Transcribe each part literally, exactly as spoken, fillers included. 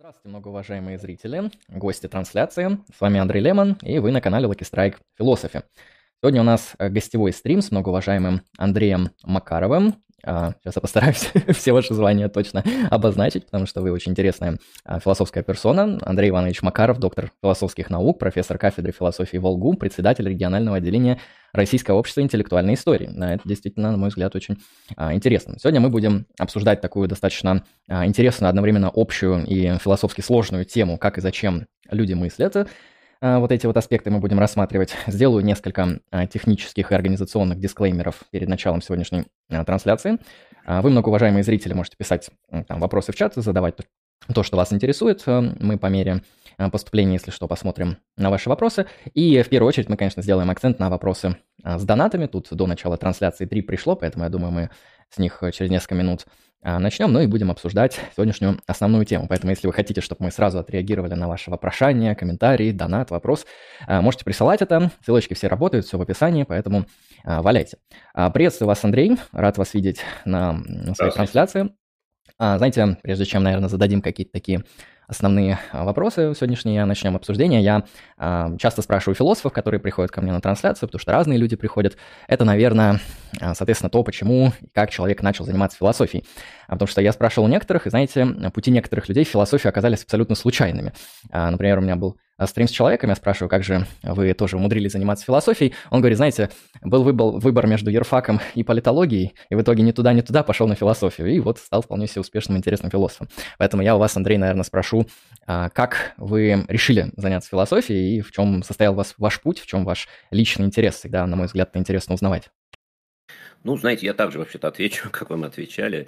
Здравствуйте, многоуважаемые зрители, гости трансляции. С вами Андрей Лемон, и вы на канале Lucky Strike Philosophy. Сегодня у нас э, гостевой стрим с многоуважаемым Андреем Макаровым. А, Сейчас я постараюсь все ваши звания точно обозначить, потому что вы очень интересная а, философская персона. Андрей Иванович Макаров, доктор философских наук, профессор кафедры философии ВолГУ, председатель регионального отделения Российского общества интеллектуальной истории. Да, это действительно, на мой взгляд, очень а, интересно. Сегодня мы будем обсуждать такую достаточно а, интересную, одновременно общую и философски сложную тему, как и зачем люди мыслят. А, Вот эти вот аспекты мы будем рассматривать. Сделаю несколько а, технических и организационных дисклеймеров перед началом сегодняшней а, трансляции. А, Вы, многоуважаемые зрители, можете писать м, там, вопросы в чат, задавать то, то, что вас интересует. А, Мы по мере а, поступления, если что, посмотрим на ваши вопросы. И в первую очередь мы, конечно, сделаем акцент на вопросы а, с донатами. Тут до начала трансляции три пришло, поэтому я думаю, мы с них через несколько минут а, начнем, ну и будем обсуждать сегодняшнюю основную тему. Поэтому, если вы хотите, чтобы мы сразу отреагировали на ваши вопрошания, комментарии, донат, вопрос, а, можете присылать это. Ссылочки все работают, все в описании, поэтому а, валяйте. А, Приветствую вас, Андрей. Рад вас видеть на м, своей трансляции. А, Знаете, прежде чем, наверное, зададим какие-то такие основные а, вопросы сегодняшние, начнем обсуждение, я а, часто спрашиваю философов, которые приходят ко мне на трансляцию, потому что разные люди приходят. Это, наверное, а, соответственно, то, почему и как человек начал заниматься философией. А Потому что я спрашивал у некоторых, и, знаете, пути некоторых людей в философии оказались абсолютно случайными. А, Например, у меня был а, стрим с человеком, я спрашиваю, как же вы тоже умудрились заниматься философией. Он говорит, знаете, был выбор, выбор между юрфаком и политологией, и в итоге ни туда, ни туда пошел на философию, и вот стал вполне себе успешным, интересным философом. Поэтому я у вас, Андрей, наверное, спрошу, а, как вы решили заняться философией, и в чем состоял вас, ваш путь, в чем ваш личный интерес? Всегда, на мой взгляд, это интересно узнавать. Ну, знаете, я также вообще-то отвечу, как вам отвечали,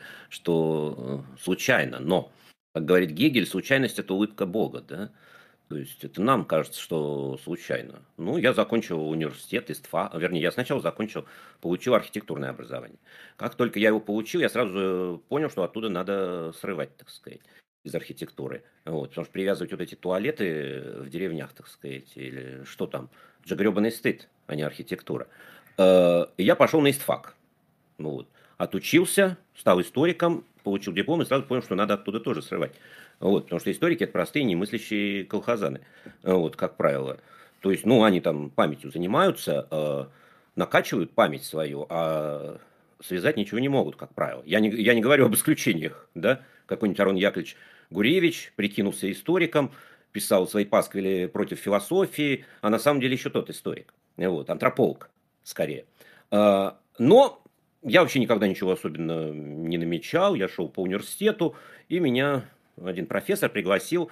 что э, случайно, но, как говорит Гегель, случайность – это улыбка Бога, да? То есть это нам кажется, что случайно. Ну, я закончил университет, ИСТФА, вернее, я сначала закончил, получил архитектурное образование. Как только я его получил, я сразу понял, что оттуда надо срывать, так сказать, из архитектуры. Вот, потому что привязывать вот эти туалеты в деревнях, так сказать, или что там, это же гребаный стыд, а не архитектура. Э, И я пошел на ИСТФАК. Ну, вот. Отучился, стал историком, получил диплом и сразу понял, что надо оттуда тоже срывать. Вот, потому что историки – это простые, немыслящие колхозаны, вот, как правило. То есть, ну, они там памятью занимаются, э, накачивают память свою, а связать ничего не могут, как правило. Я не, я не говорю об исключениях, да. Какой-нибудь Арон Яковлевич Гуревич прикинулся историком, писал свои пасквили против философии, а на самом деле еще тот историк, вот, антрополог, скорее. Э, но я вообще никогда ничего особенно не намечал, я шел по университету, и меня один профессор пригласил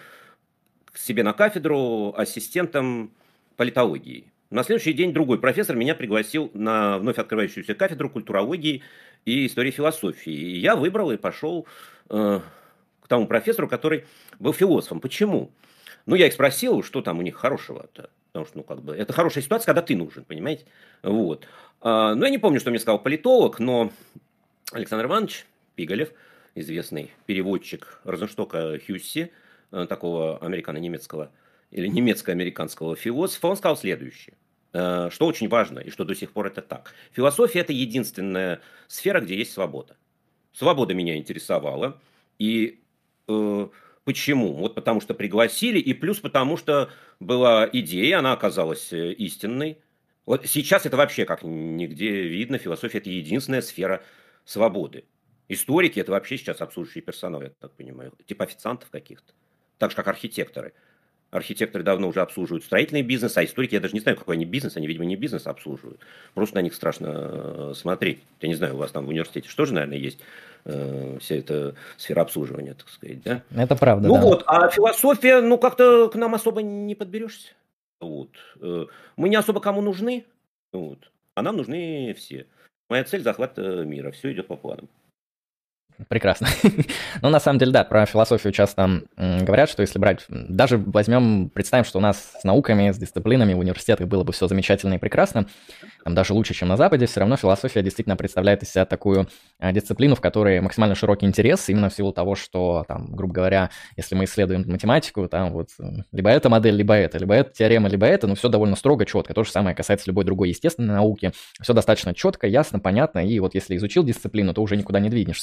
к себе на кафедру ассистентом политологии. На следующий день другой профессор меня пригласил на вновь открывающуюся кафедру культурологии и истории философии. И я выбрал и пошел э, к тому профессору, который был философом. Почему? Ну, я их спросил, что там у них хорошего-то. Потому что, ну, как бы, это хорошая ситуация, когда ты нужен, понимаете? Вот. А, ну, я не помню, что мне сказал политолог, но Александр Иванович Пигалев, известный переводчик Розенштока Хюсси, такого американо-немецкого или немецко-американского философа, он сказал следующее, что очень важно и что до сих пор это так. Философия – это единственная сфера, где есть свобода. Свобода меня интересовала. И э, почему? Вот потому что пригласили, и плюс потому что была идея, она оказалась истинной. Вот сейчас это вообще как нигде видно, философия – это единственная сфера свободы. Историки – это вообще сейчас обслуживающий персонал, я так понимаю, типа официантов каких-то. Так же, как архитекторы. Архитекторы давно уже обслуживают строительный бизнес, а историки, я даже не знаю, какой они бизнес, они, видимо, не бизнес обслуживают. Просто на них страшно смотреть. Я не знаю, у вас там в университете что же, наверное, есть э, вся эта сфера обслуживания, так сказать, да? Это правда, Ну да. вот, а философия, ну как-то к нам особо не подберешься. Вот. Мы не особо кому нужны, вот. А нам нужны все. Моя цель – захват мира, все идет по плану. Прекрасно. Ну, на самом деле, да, про философию часто м, говорят, что если брать, даже возьмем, представим, что у нас с науками, с дисциплинами в университетах было бы все замечательно и прекрасно, там, даже лучше, чем на Западе, все равно философия действительно представляет из себя такую а, дисциплину, в которой максимально широкий интерес, именно в силу того, что, там, грубо говоря, если мы исследуем математику, там вот либо эта модель, либо это, либо эта теорема, либо это, ну, все довольно строго, четко. То же самое касается любой другой естественной науки. Все достаточно четко, ясно, понятно, и вот если изучил дисциплину, то уже никуда не двинешься.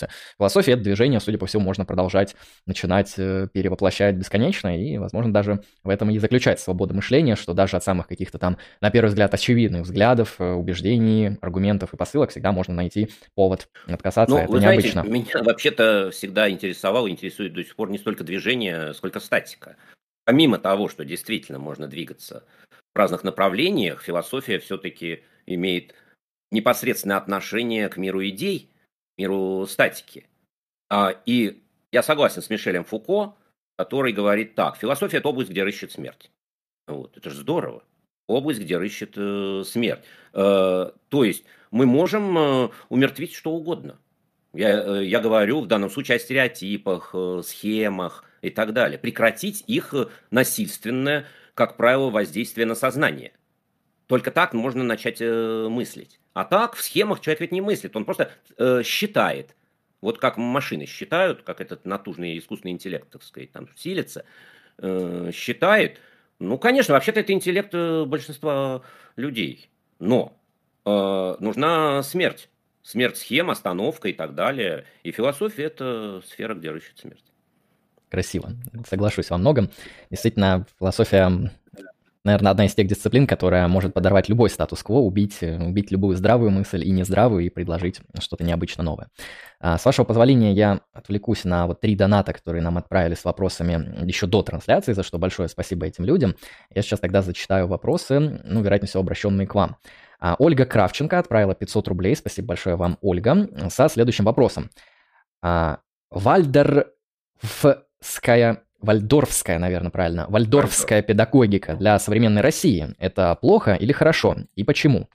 философия — это движение, судя по всему, можно продолжать, начинать э, перевоплощать бесконечно, и, возможно, даже в этом и заключается свобода мышления, что даже от самых каких-то там, на первый взгляд, очевидных взглядов, э, убеждений, аргументов и посылок всегда можно найти повод отказаться, Ну, это вы знаете, необычно. меня вообще-то всегда интересовало, интересует до сих пор не столько движение, сколько статика. Помимо того, что действительно можно двигаться в разных направлениях, философия все-таки имеет непосредственное отношение к миру идей, миру статики. А, и я согласен с Мишелем Фуко, который говорит так: философия — это область, где рыщет смерть. Вот, это же здорово. Область, где рыщет э, смерть. Э, то есть мы можем э, умертвить что угодно. Я, э, я говорю в данном случае о стереотипах, э, схемах и так далее. Прекратить их э, насильственное, как правило, воздействие на сознание. Только так можно начать э, мыслить. А так в схемах человек ведь не мыслит, он просто э, считает. Вот как машины считают, как этот натужный искусственный интеллект, так сказать, там силится, э, считает. Ну, конечно, вообще-то это интеллект э, большинства людей. Но э, нужна смерть. Смерть схем, остановка и так далее. И философия — это сфера, где рыщет смерть. Красиво. Соглашусь во многом. Действительно, философия, наверное, одна из тех дисциплин, которая может подорвать любой статус-кво, убить, убить любую здравую мысль и нездравую, и предложить что-то необычно новое. А, с вашего позволения, я отвлекусь на вот три доната, которые нам отправили с вопросами еще до трансляции, за что большое спасибо этим людям. Я сейчас тогда зачитаю вопросы, ну, вероятнее всего, обращенные к вам. А, Ольга Кравченко отправила пятьсот рублей. Спасибо большое вам, Ольга, со следующим вопросом. А, Вальдорфская... Вальдорфская, наверное, правильно. Вальдорфская педагогика для современной России – это плохо или хорошо? И почему?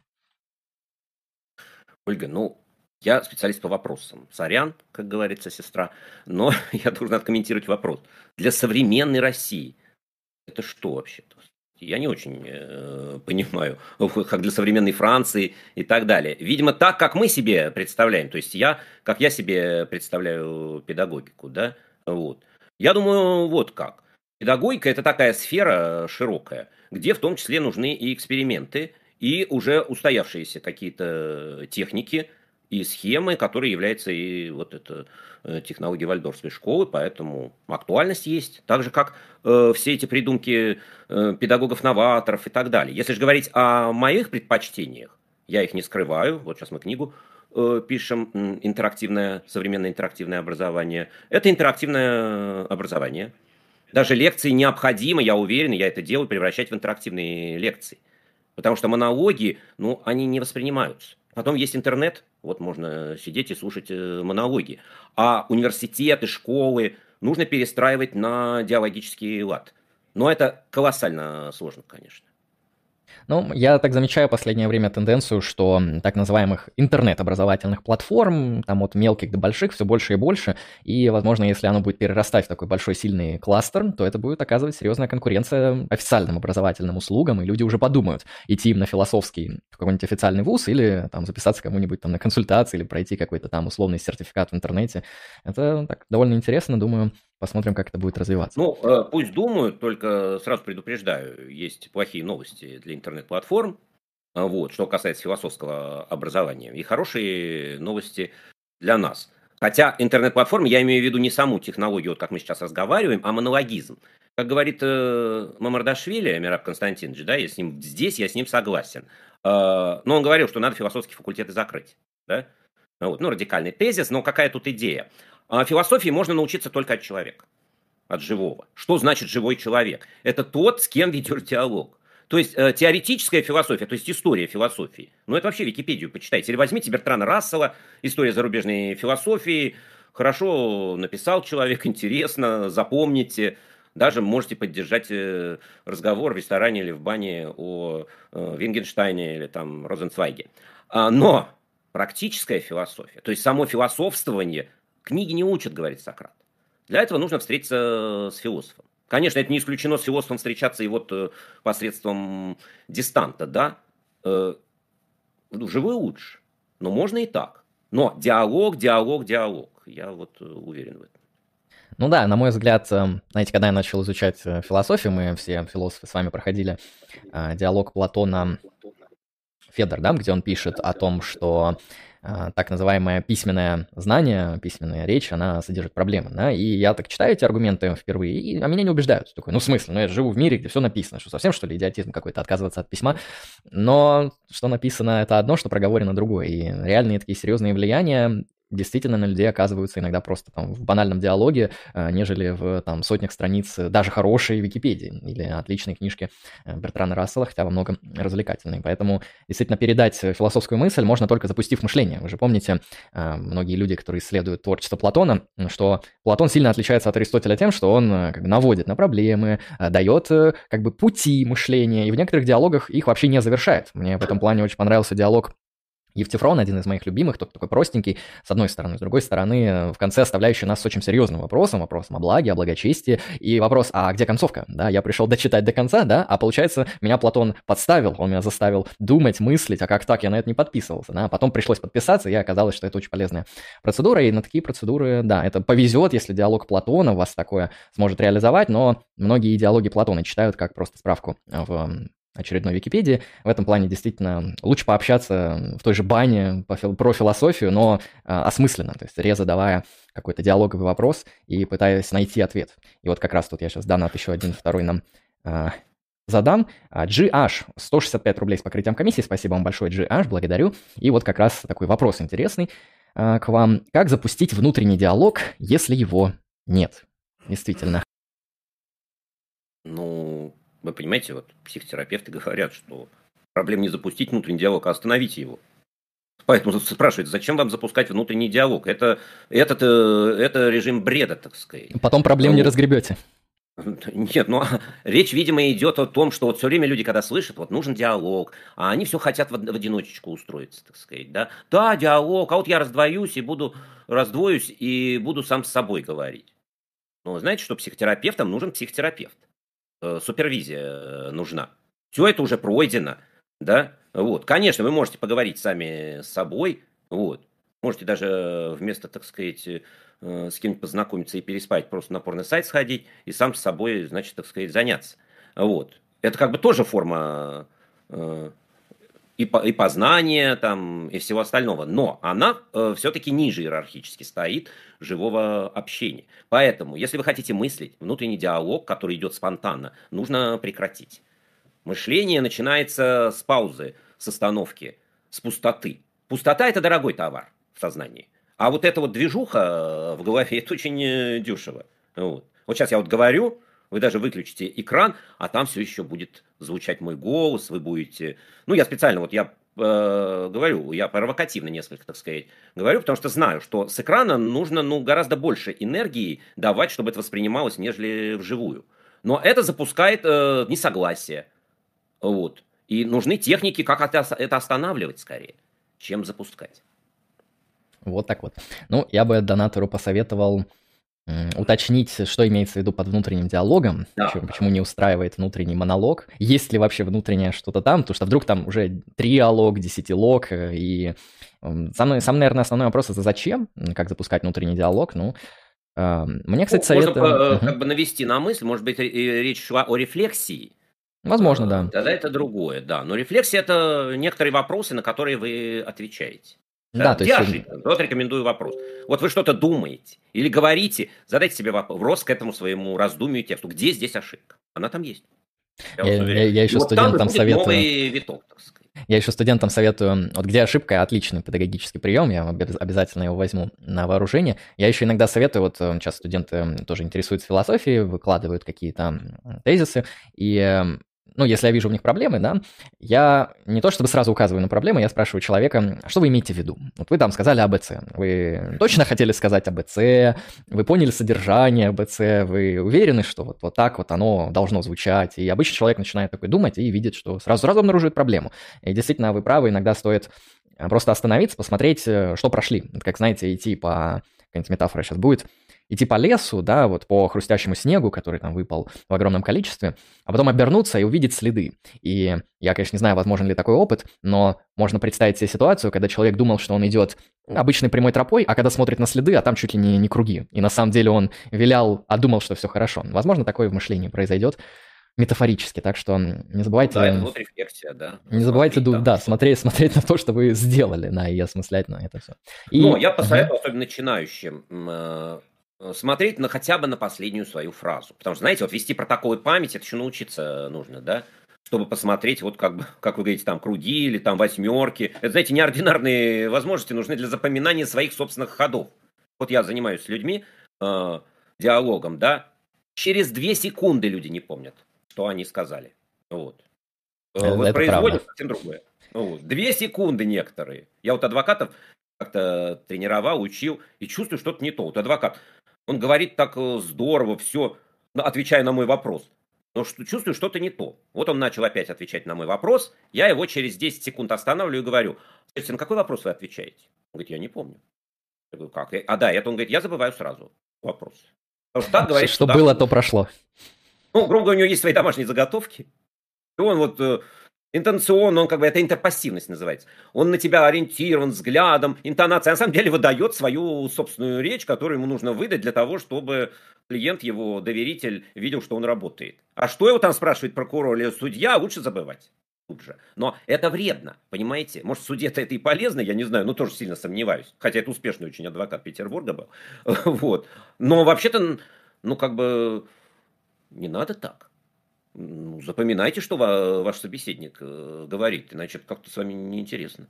Ольга, ну, я специалист по вопросам. Сорян, как говорится, сестра, но я должен откомментировать вопрос. Для современной России это что вообще-то? Я не очень э, понимаю, как для современной Франции и так далее. Видимо, так, как мы себе представляем. То есть я, как я себе представляю педагогику, да, вот. Я думаю, вот как. Педагогика — это такая сфера широкая, где в том числе нужны и эксперименты, и уже устоявшиеся какие-то техники и схемы, которые являются и вот это технология Вальдорфской школы, поэтому актуальность есть. Так же, как э, все эти придумки э, педагогов-новаторов и так далее. Если же говорить о моих предпочтениях, я их не скрываю. Вот сейчас мы книгу э, пишем «Интерактивное, современное интерактивное образование». Это интерактивное образование. Даже лекции необходимо, я уверен, я это делаю, превращать в интерактивные лекции. Потому что монологи, ну, они не воспринимаются. Потом есть интернет, вот можно сидеть и слушать монологи. А университеты, школы нужно перестраивать на диалогический лад. Но это колоссально сложно, конечно. Ну, я так замечаю в последнее время тенденцию, что так называемых интернет-образовательных платформ, там от мелких до больших, все больше и больше, и, возможно, если оно будет перерастать в такой большой сильный кластер, то это будет оказывать серьезная конкуренция официальным образовательным услугам, и люди уже подумают, идти им на философский в какой-нибудь официальный вуз или там записаться кому-нибудь там на консультации или пройти какой-то там условный сертификат в интернете. Это так довольно интересно, думаю. Посмотрим, как это будет развиваться. Ну, э, пусть думают, только сразу предупреждаю, есть плохие новости для интернет-платформ, вот, что касается философского образования, и хорошие новости для нас. Хотя интернет-платформы, я имею в виду не саму технологию, вот как мы сейчас разговариваем, а монологизм. Как говорит э, Мамардашвили, Мераб Константинович, да, я с ним, здесь я с ним согласен. Э, но он говорил, что надо философские факультеты закрыть. Да? Вот, ну, радикальный тезис, но какая тут идея? А философии можно научиться только от человека, от живого. Что значит живой человек? Это тот, с кем ведешь диалог. То есть э, теоретическая философия, то есть история философии. Ну, это вообще Википедию почитайте. Или возьмите Бертрана Рассела, «История зарубежной философии». Хорошо написал человек, интересно, запомните. Даже можете поддержать э, разговор в ресторане или в бане о э, Вингенштейне или там Розенцвейге. А, но практическая философия, то есть само философствование, книги не учат, говорит Сократ. Для этого нужно встретиться с философом. Конечно, это не исключено с философом встречаться и вот э, посредством дистанта, да. Э, живой лучше, но можно и так. Но диалог, диалог, диалог. Я вот э, уверен в этом. Ну да, на мой взгляд, знаете, когда я начал изучать философию, мы все философы с вами проходили э, диалог Платона Федор, да, где он пишет о том, что а, так называемое письменное знание, письменная речь, она содержит проблемы, да, и я так читаю эти аргументы впервые, и, а меня не убеждают. Такой, ну, в смысле, ну, я живу в мире, где все написано, что совсем, что ли, идиотизм какой-то, отказываться от письма, но что написано, это одно, что проговорено другое, и реальные такие серьезные влияния действительно на людей оказываются иногда просто там в банальном диалоге, э, нежели в там сотнях страниц э, даже хорошей Википедии или отличной книжки э, Бертрана Рассела, хотя во многом развлекательной. Поэтому действительно передать философскую мысль можно только запустив мышление. Вы же помните, э, многие люди, которые исследуют творчество Платона, что Платон сильно отличается от Аристотеля тем, что он э, как бы наводит на проблемы, э, дает э, как бы пути мышления, и в некоторых диалогах их вообще не завершает. Мне в этом плане очень понравился диалог Евтифрон, один из моих любимых, тот такой простенький, с одной стороны, с другой стороны, в конце оставляющий нас с очень серьезным вопросом, вопросом о благе, о благочестии, и вопрос, а где концовка, да, я пришел дочитать до конца, да, а получается, меня Платон подставил, он меня заставил думать, мыслить, а как так, я на это не подписывался, да, потом пришлось подписаться, и оказалось, что это очень полезная процедура, и на такие процедуры, да, это повезет, если диалог Платона вас такое сможет реализовать, но многие диалоги Платона читают как просто справку в очередной Википедии. В этом плане действительно лучше пообщаться в той же бане по фил- про философию, но а, осмысленно, то есть резадавая какой-то диалоговый вопрос и пытаясь найти ответ. И вот как раз тут я сейчас донат еще один, второй нам а, задам. А, джи аш, сто шестьдесят пять рублей с покрытием комиссии, спасибо вам большое, джи аш, благодарю. И вот как раз такой вопрос интересный а, к вам. Как запустить внутренний диалог, если его нет? Действительно. Ну, вы понимаете, вот психотерапевты говорят, что проблема не запустить внутренний диалог, а остановить его. Поэтому спрашивают, зачем вам запускать внутренний диалог? Это, этот, это режим бреда, так сказать. Потом проблем ну, не разгребете. Нет, ну речь, видимо, идет о том, что вот все время люди, когда слышат, вот нужен диалог, а они все хотят в, в одиночечку устроиться, так сказать, да? Да, диалог, а вот я раздвоюсь и буду, раздвоюсь и буду сам с собой говорить. Но знаете, что психотерапевтам нужен психотерапевт. Супервизия нужна. Все это уже пройдено, да, вот. Конечно, вы можете поговорить сами с собой, вот. Можете даже вместо, так сказать, с кем-нибудь познакомиться и переспать, просто на порно-сайт сходить и сам с собой, значит, так сказать, заняться, вот. Это как бы тоже форма и, по, и познания, там, и всего остального. Но она э, все-таки ниже иерархически стоит живого общения. Поэтому, если вы хотите мыслить, внутренний диалог, который идет спонтанно, нужно прекратить. Мышление начинается с паузы, с остановки, с пустоты. Пустота – это дорогой товар в сознании. А вот эта вот движуха в голове – это очень дешево. Вот. Вот сейчас я вот говорю, вы даже выключите экран, а там все еще будет звучать мой голос, вы будете... Ну, я специально, вот я э, говорю, я провокативно несколько, так сказать, говорю, потому что знаю, что с экрана нужно, ну, гораздо больше энергии давать, чтобы это воспринималось, нежели вживую. Но это запускает э, несогласие. Вот. И нужны техники, как это, это останавливать скорее, чем запускать. Вот так вот. Ну, я бы донатору посоветовал уточнить, что имеется в виду под внутренним диалогом, Да. почему, почему не устраивает внутренний монолог, есть ли вообще внутреннее что-то там, потому что вдруг там уже триалог, десятилог, и самый, самый, наверное, основной вопрос — это зачем, как запускать внутренний диалог, ну, э, мне, кстати, ну, советую... Можно угу. как бы навести на мысль, может быть, речь шла о рефлексии. Возможно, да. Тогда это другое, да. Но рефлексия – это некоторые вопросы, на которые вы отвечаете. Да, Где то есть... ошибка? Вот рекомендую вопрос. Вот вы что-то думаете или говорите, задайте себе вопрос к этому своему раздумию и тексту. Где здесь ошибка? Она там есть. Я, я, я, я еще вот студентам там будет советую... новый виток, так сказать. Я еще студентам советую, вот где ошибка, отличный педагогический прием, я обязательно его возьму на вооружение. Я еще иногда советую, вот сейчас студенты тоже интересуются философией, выкладывают какие-то тезисы, и... Ну, если я вижу в них проблемы, да, я не то чтобы сразу указываю на проблемы, я спрашиваю человека, что вы имеете в виду? Вот вы там сказали АБЦ, вы точно хотели сказать АБЦ, вы поняли содержание АБЦ, вы уверены, что вот, вот так вот оно должно звучать? И обычно человек начинает такой думать и видит, что сразу-сразу обнаруживает проблему. И действительно, вы правы, иногда стоит просто остановиться, посмотреть, что прошли. Это, как, знаете, идти по... Какая-нибудь метафора сейчас будет. Идти по лесу, да, вот по хрустящему снегу, который там выпал в огромном количестве, а потом обернуться и увидеть следы. И я, конечно, не знаю, возможен ли такой опыт, но можно представить себе ситуацию, когда человек думал, что он идет обычной прямой тропой, а когда смотрит на следы, а там чуть ли не, не круги. И на самом деле он вилял, а думал, что все хорошо. Возможно, такое в мышлении произойдет. метафорически, так что не забывайте... Да, это вот рефлексия, да. Не забывайте, Смотреть ду- там, да, что- смотреть, смотреть на то, что вы сделали, да, и осмыслять на это все. Но я посоветую, особенно начинающим, м, э, смотреть на хотя бы на последнюю свою фразу. Потому что, знаете, вот вести протоколы памяти, это еще научиться нужно, да? Чтобы посмотреть, вот как, бы, как вы говорите, там, круги или там восьмерки. Это, знаете, неординарные возможности нужны для запоминания своих собственных ходов. Вот я занимаюсь с людьми э, диалогом, да? Через две секунды люди не помнят, что они сказали. Вот. Э, Это Воспроизводят правда. совсем другое. Вот. Две секунды некоторые. Я вот адвокатов как-то тренировал, учил, и чувствую, что-то не то. Вот адвокат, он говорит так э, здорово, все, отвечая на мой вопрос. Но что, чувствую, что-то не то. Вот он начал опять отвечать на мой вопрос. Я его через десять секунд останавливаю и говорю: «Слушайте, на какой вопрос вы отвечаете?» Он говорит: «Я не помню». Я говорю: «Как?» А да, это он говорит: «Я забываю сразу вопрос». Потому что так говорит, Что да, было, то прошло. ну, грубо говоря, у него есть свои домашние заготовки. И он вот э, интонационно, он как бы, это интерпассивность называется. Он на тебя ориентирован взглядом, интонацией. На самом деле выдает свою собственную речь, которую ему нужно выдать для того, чтобы клиент, его доверитель, видел, что он работает. А что его там спрашивает прокурор или судья, лучше забывать тут же. Но это вредно, понимаете? Может, в суде-то это и полезно, я не знаю, но тоже сильно сомневаюсь. Хотя это успешный очень адвокат Петербурга был. Вот. Но вообще-то, ну, как бы, не надо так. Ну, запоминайте, что ва- ваш собеседник э, говорит, иначе это как-то с вами неинтересно.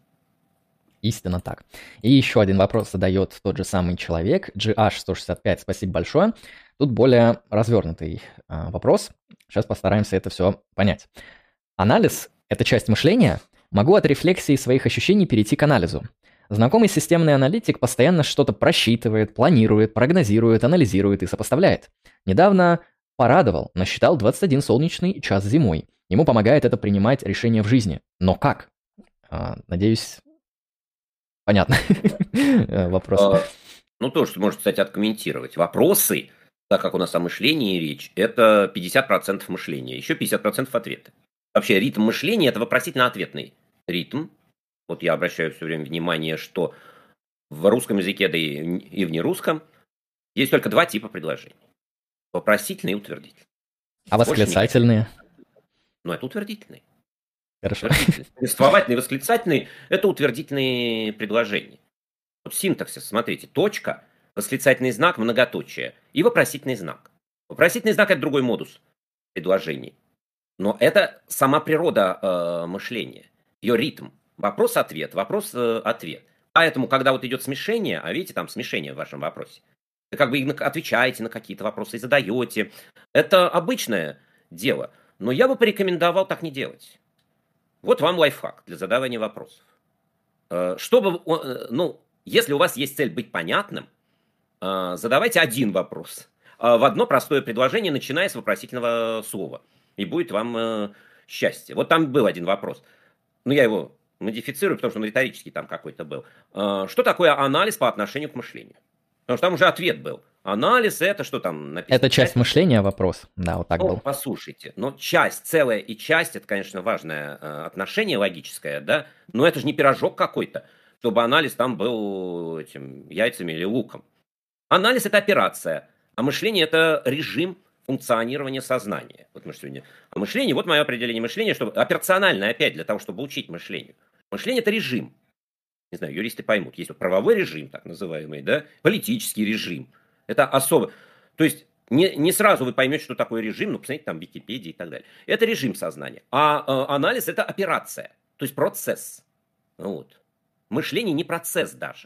Истинно так. И еще один вопрос задает тот же самый человек, джи аш сто шестьдесят пять, спасибо большое. Тут более развернутый а, вопрос. Сейчас постараемся это все понять. Анализ – это часть мышления. Могу от рефлексии своих ощущений перейти к анализу. Знакомый системный аналитик постоянно что-то просчитывает, планирует, прогнозирует, анализирует и сопоставляет. Недавно порадовал, насчитал двадцать один солнечный час зимой. Ему помогает это принимать решения в жизни. Но как? А, надеюсь, понятно вопрос. А, Ну, тоже можете, кстати, откомментировать. Вопросы, так как у нас о мышлении речь, это пятьдесят процентов мышления, еще пятьдесят процентов ответы. Вообще ритм мышления – это вопросительно-ответный ритм. Вот я обращаю все время внимание, что в русском языке, да и и в нерусском, есть только два типа предложений. Вопросительный и утвердительный. А Больше восклицательные? Но это утвердительный. Хорошо. Утвердительный. Повествовательный и восклицательный – это утвердительные предложения. Вот синтаксис, смотрите, точка, восклицательный знак, многоточие и вопросительный знак. Вопросительный знак – это другой модус предложений. Но это сама природа э, мышления, ее ритм. Вопрос-ответ, вопрос-ответ. Поэтому, когда вот идет смешение, а видите, там смешение в вашем вопросе, вы как бы и на- отвечаете на какие-то вопросы и задаете. Это обычное дело. Но я бы порекомендовал так не делать. Вот вам лайфхак для задавания вопросов. Э, Чтобы, о, э, ну, если у вас есть цель быть понятным, э, задавайте один вопрос э, в одно простое предложение, начиная с вопросительного слова. И будет вам э, счастье. Вот там был один вопрос. Ну, я его модифицирую, потому что он риторический там какой-то был. Э, Что такое анализ по отношению к мышлению? Потому что там уже ответ был. Анализ – это что там написано? Это часть мышления, вопрос. Да, вот так Ну, был. послушайте, но часть, целая и часть, это, конечно, важное э, отношение логическое, да, но это же не пирожок какой-то, чтобы анализ там был этим яйцами или луком. Анализ – это операция, а мышление – это режим функционирования сознания. Вот мы сегодня о мышлении, вот мое определение мышления, что операциональное, опять, для того, чтобы учить мышлению. Мышление – это режим. Не знаю, юристы поймут. Есть вот правовой режим, так называемый, да, политический режим. Это особо. То есть не, не сразу вы поймете, что такое режим, ну, посмотрите, там, Википедия и так далее. Это режим сознания. А э, анализ – это операция, то есть процесс. Вот. Мышление не процесс даже.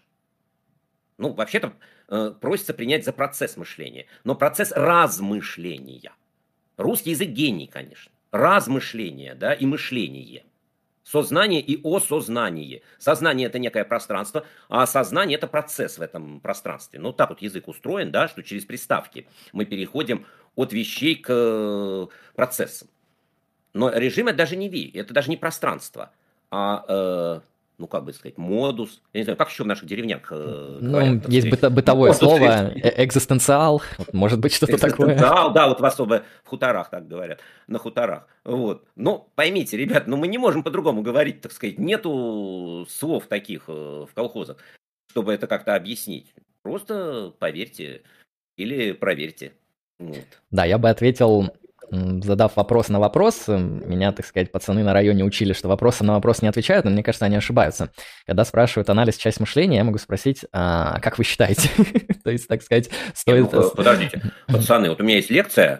Ну, вообще-то э, просится принять за процесс мышления. Но процесс размышления. Русский язык гений, конечно. Размышление, да, и мышление. Сознание и осознание. Сознание – это некое пространство, а сознание – это процесс в этом пространстве. Ну, так вот язык устроен, да, что через приставки мы переходим от вещей к э, процессам. Но режим – это даже не ви, это даже не пространство, а, э, ну, как бы сказать, модус. Я не знаю, как еще в наших деревнях э, Ну, говорят? есть быто- бытовое Модус слово, режим. э- экзистенциал, вот, может быть, что-то такое. Экзистенциал, да, вот в особо в хуторах так говорят, на хуторах. Вот. Но поймите, ребят, ну мы не можем по-другому говорить, так сказать. Нету слов таких э, в колхозах, чтобы это как-то объяснить. Просто поверьте или проверьте. Вот. Да, я бы ответил задав вопрос на вопрос, меня, так сказать, пацаны на районе учили, что вопросом на вопрос не отвечают, но мне кажется, они ошибаются. Когда спрашивают анализ часть мышления, я могу спросить, а как вы считаете? То есть, так сказать, стоит... Подождите, пацаны, вот у меня есть лекция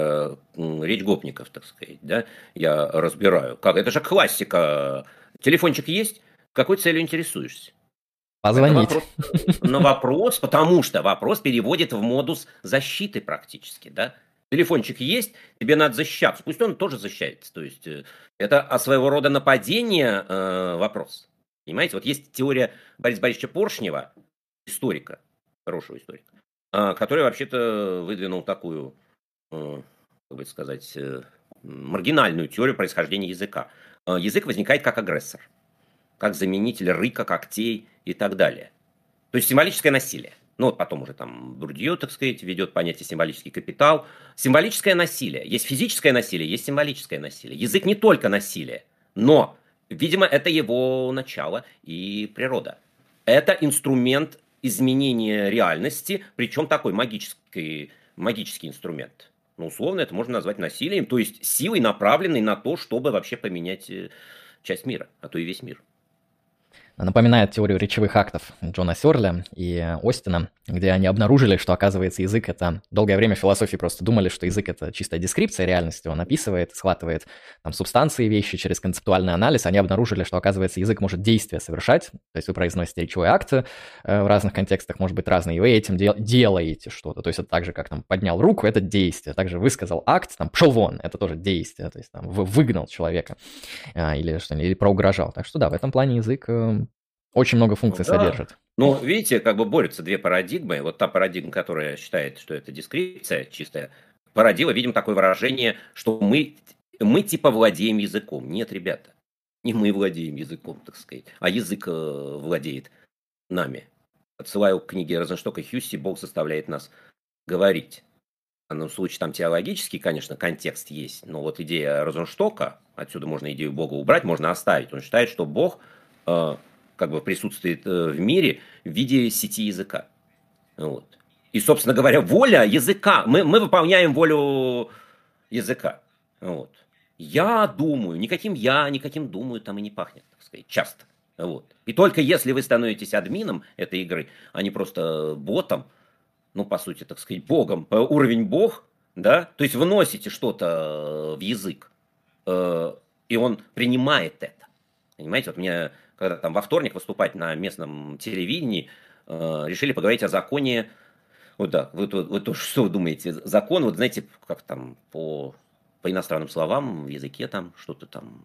«Речь гопников», так сказать, да, я разбираю. Как? Это же классика. Телефончик есть? Какой целью интересуешься? Позвонить. Вопрос, на вопрос, потому что вопрос переводит в модус защиты практически, да. Телефончик есть, тебе надо защищаться, пусть он тоже защищается. То есть это своего рода нападение э, вопрос. Понимаете, вот есть теория Бориса Борисовича Поршнева, историка, хорошего историка, э, который вообще-то выдвинул такую, э, как бы сказать, э, маргинальную теорию происхождения языка. Э, язык возникает как агрессор, как заменитель рыка, когтей и так далее. То есть символическое насилие. Ну, вот потом уже там Бурдье, так сказать, ведет понятие символический капитал. Символическое насилие. Есть физическое насилие, есть символическое насилие. Язык не только насилие, но, видимо, это его начало и природа. Это инструмент изменения реальности, причем такой магический, магический инструмент. Ну, условно, это можно назвать насилием, то есть силой, направленной на то, чтобы вообще поменять часть мира, а то и весь мир. Напоминает теорию речевых актов Джона Сёрля и Остина, где они обнаружили, что, оказывается, язык — это... Долгое время в философии просто думали, что язык — это чистая дескрипция реальности, он описывает, схватывает там субстанции, вещи через концептуальный анализ. Они обнаружили, что, оказывается, язык может действия совершать, то есть вы произносите речевой акт э, в разных контекстах, может быть, разные, и вы этим дел- делаете что-то. То есть это так же, как там поднял руку, это действие. Также высказал акт, там пошел вон, это тоже действие, то есть там выгнал человека э, или что-нибудь, или проугрожал. Так что да, в этом плане язык... Э, очень много функций ну, да. содержит. Ну, видите, как бы борются две парадигмы. Вот та парадигма, которая считает, что это дескрипция чистая, породила, видимо, такое выражение, что мы, мы типа владеем языком. Нет, ребята, не мы владеем языком, так сказать, а язык э, владеет нами. Отсылаю к книге Розенштока Хьюсси «Бог заставляет нас говорить». В данном случае там теологический, конечно, контекст есть, но вот идея Розенштока, отсюда можно идею Бога убрать, можно оставить. Он считает, что Бог... Э, как бы присутствует в мире в виде сети языка. Вот. И, собственно говоря, воля языка, мы, мы выполняем волю языка. Вот. Я думаю, никаким я, никаким думаю там и не пахнет, так сказать, часто. Вот. И только если вы становитесь админом этой игры, а не просто ботом, ну, по сути, так сказать, богом, уровень бог, да, то есть вносите что-то в язык, и он принимает это. Понимаете, вот мне... Когда там во вторник выступать на местном телевидении, э, решили поговорить о законе. Вот да, вы, вы, вы тоже что вы думаете? Закон, вот знаете, как там по, по иностранным словам в языке там что-то там.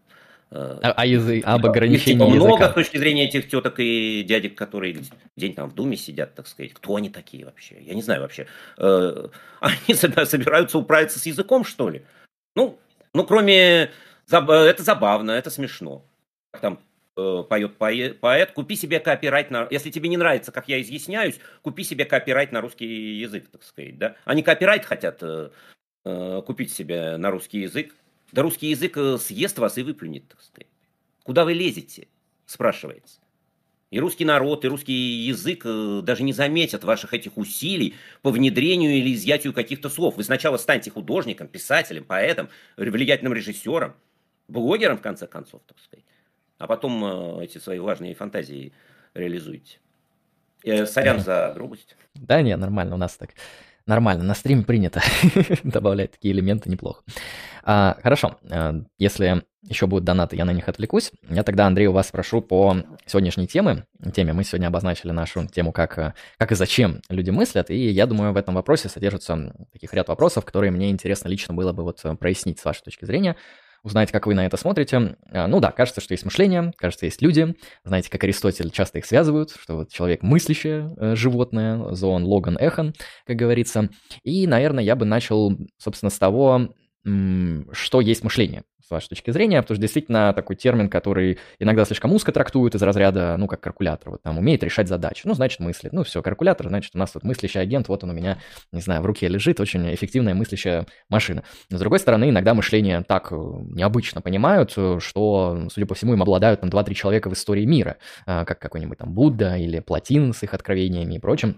Э, а, а язык, об ограничении типа, много языка. С точки зрения этих теток и дядек, которые день там в Думе сидят, так сказать. Кто они такие вообще? Я не знаю вообще. Э, они собираются управиться с языком, что ли? Ну, ну кроме... Это забавно, это смешно. Там поет поэт, купи себе копирайт на... Если тебе не нравится, как я изъясняюсь, купи себе копирайт на русский язык, так сказать, да? Они копирайт хотят э, э, купить себе на русский язык. Да русский язык съест вас и выплюнет, так сказать. Куда вы лезете, спрашивается. И русский народ, и русский язык э, даже не заметят ваших этих усилий по внедрению или изъятию каких-то слов. Вы сначала станьте художником, писателем, поэтом, влиятельным режиссером, блогером, в конце концов, так сказать. А потом э, эти свои важные фантазии реализуете. Э, сорян за грубость. Да не, нормально, у нас так. Нормально, на стриме принято добавлять такие элементы, неплохо. А, хорошо, если еще будут донаты, я на них отвлекусь. Я тогда, Андрей, у вас спрошу по сегодняшней теме. теме. Мы сегодня обозначили нашу тему, как, как и зачем люди мыслят, и я думаю, в этом вопросе содержится таких ряд вопросов, которые мне интересно лично было бы вот прояснить с вашей точки зрения. Узнать, как вы на это смотрите. Ну да, кажется, что есть мышление, кажется, есть люди. Знаете, как Аристотель часто их связывают, что вот человек мыслящее э, животное, зоон, логон, эхон, как говорится. И, наверное, я бы начал, собственно, с того, м- что есть мышление, с вашей точки зрения, потому что действительно такой термин, который иногда слишком узко трактуют из разряда, ну, как калькулятор, вот там, умеет решать задачи, ну, значит, мыслит, ну, все, калькулятор, значит, у нас вот мыслящий агент, вот он у меня, не знаю, в руке лежит, очень эффективная мыслящая машина. Но, с другой стороны, иногда мышление так необычно понимают, что, судя по всему, им обладают там два-три человека в истории мира, как какой-нибудь там Будда или Платин с их откровениями и прочим.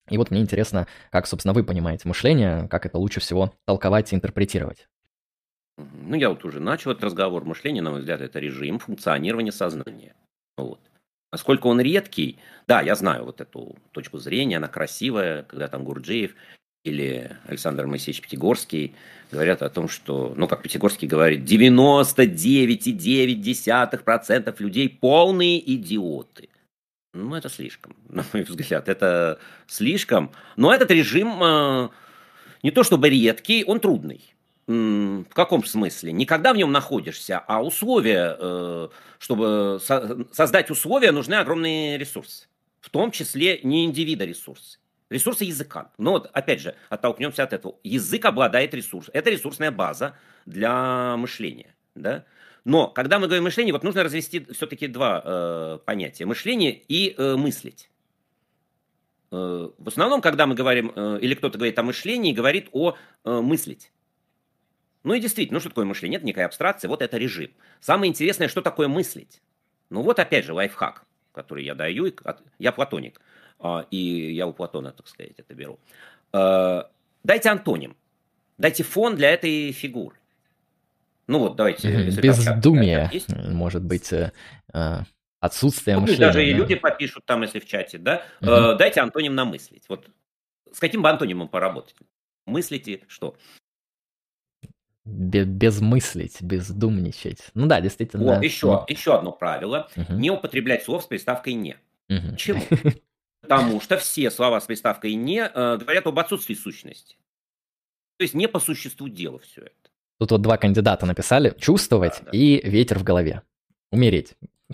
И вот мне интересно, как, собственно, вы понимаете мышление, как это лучше всего толковать и интерпретировать. Ну, я вот уже начал этот разговор. Мышление, на мой взгляд, это режим функционирования сознания. Вот. Насколько он редкий, да, я знаю вот эту точку зрения, она красивая, когда там Гурджиев или Александр Моисеевич Пятигорский говорят о том, что, ну, как Пятигорский говорит, девяносто девять целых девять десятых процента людей полные идиоты. Ну, это слишком, на мой взгляд, это слишком. Но этот режим э, не то чтобы редкий, он трудный. М, В каком смысле? Не когда в нем находишься, а условия, э, чтобы со- создать условия, нужны огромные ресурсы. В том числе не индивида ресурсы. Ресурсы языка. Но вот, опять же, оттолкнемся от этого. Язык обладает ресурсом. Это ресурсная база для мышления. Да? Но когда мы говорим мышление, вот нужно развести все-таки два э, понятия. Мышление и э, мыслить. Э, в основном, когда мы говорим, э, или кто-то говорит о мышлении, говорит о э, мыслить. Ну и действительно, ну что такое мышление? Это некая абстракция, вот это режим. Самое интересное, что такое мыслить? Ну вот опять же лайфхак, который я даю, я платоник, а, и я у Платона, так сказать, это беру. А, Дайте антоним, дайте фон для этой фигуры. Ну вот, давайте. Мгм. Бездумие, э, может быть, э, э, отсутствие Ну, пусть мышления. даже и да. люди попишут там, если в чате, да. Мгм. Э, Дайте антоним намыслить. Вот с каким бы антонимом поработать? Мыслите что? Бе- Безмыслить, бездумничать. Ну да, действительно. Вот, ну, еще, еще одно правило. мгм, Не употреблять слов с приставкой «не». мгм. Почему? Потому что все слова с приставкой «не» э, говорят об отсутствии сущности. То есть не по существу дела все это. Тут вот два кандидата написали: чувствовать Да, да. и ветер в голове. Умереть.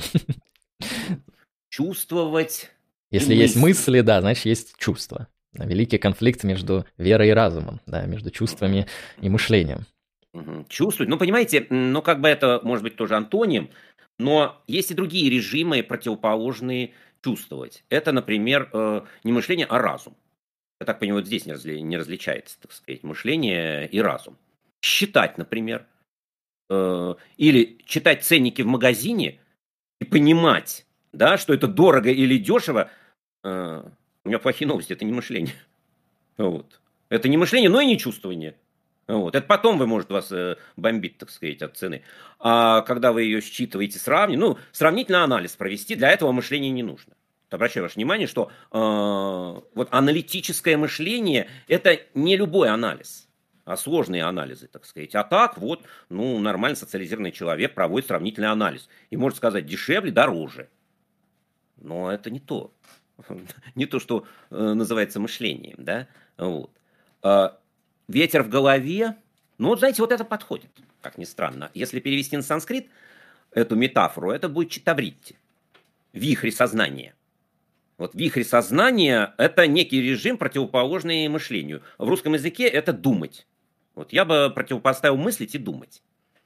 Чувствовать и Если есть мыслить. мысли, да, значит есть чувства. Да, великий конфликт между верой и разумом, да, между чувствами и мышлением. Мгм. Чувствовать. Ну, понимаете, м, ну, как бы это может быть тоже антоним, но есть и другие режимы, противоположные чувствовать. Это, например, э, не мышление, а разум. Я так понимаю, вот здесь не, разли- не различается, так сказать, мышление и разум. Считать, например, э, или читать ценники в магазине и понимать, да, что это дорого или дешево. э, У меня плохие новости, это не мышление. Вот. Это не мышление, но и не чувствование. Вот. Это потом вы, может, вас э, бомбит, так сказать, от цены. А когда вы ее считываете, сравниваете, ну, сравнительный анализ провести, для этого мышления не нужно. Обращаю ваше внимание, что э, вот аналитическое мышление – это не любой анализ, а сложные анализы, так сказать. А так вот, ну, нормально социализированный человек проводит сравнительный анализ. И может сказать, дешевле, дороже. Но это не то. Не то, что э, называется мышлением, да? Вот. А, ветер в голове, ну, вот, знаете, вот это подходит, как ни странно. Если перевести на санскрит эту метафору, это будет читтавритти, вихрь сознания. Вот вихрь сознания – это некий режим, противоположный мышлению. В русском языке это думать. Вот я бы противопоставил мыслить и думать.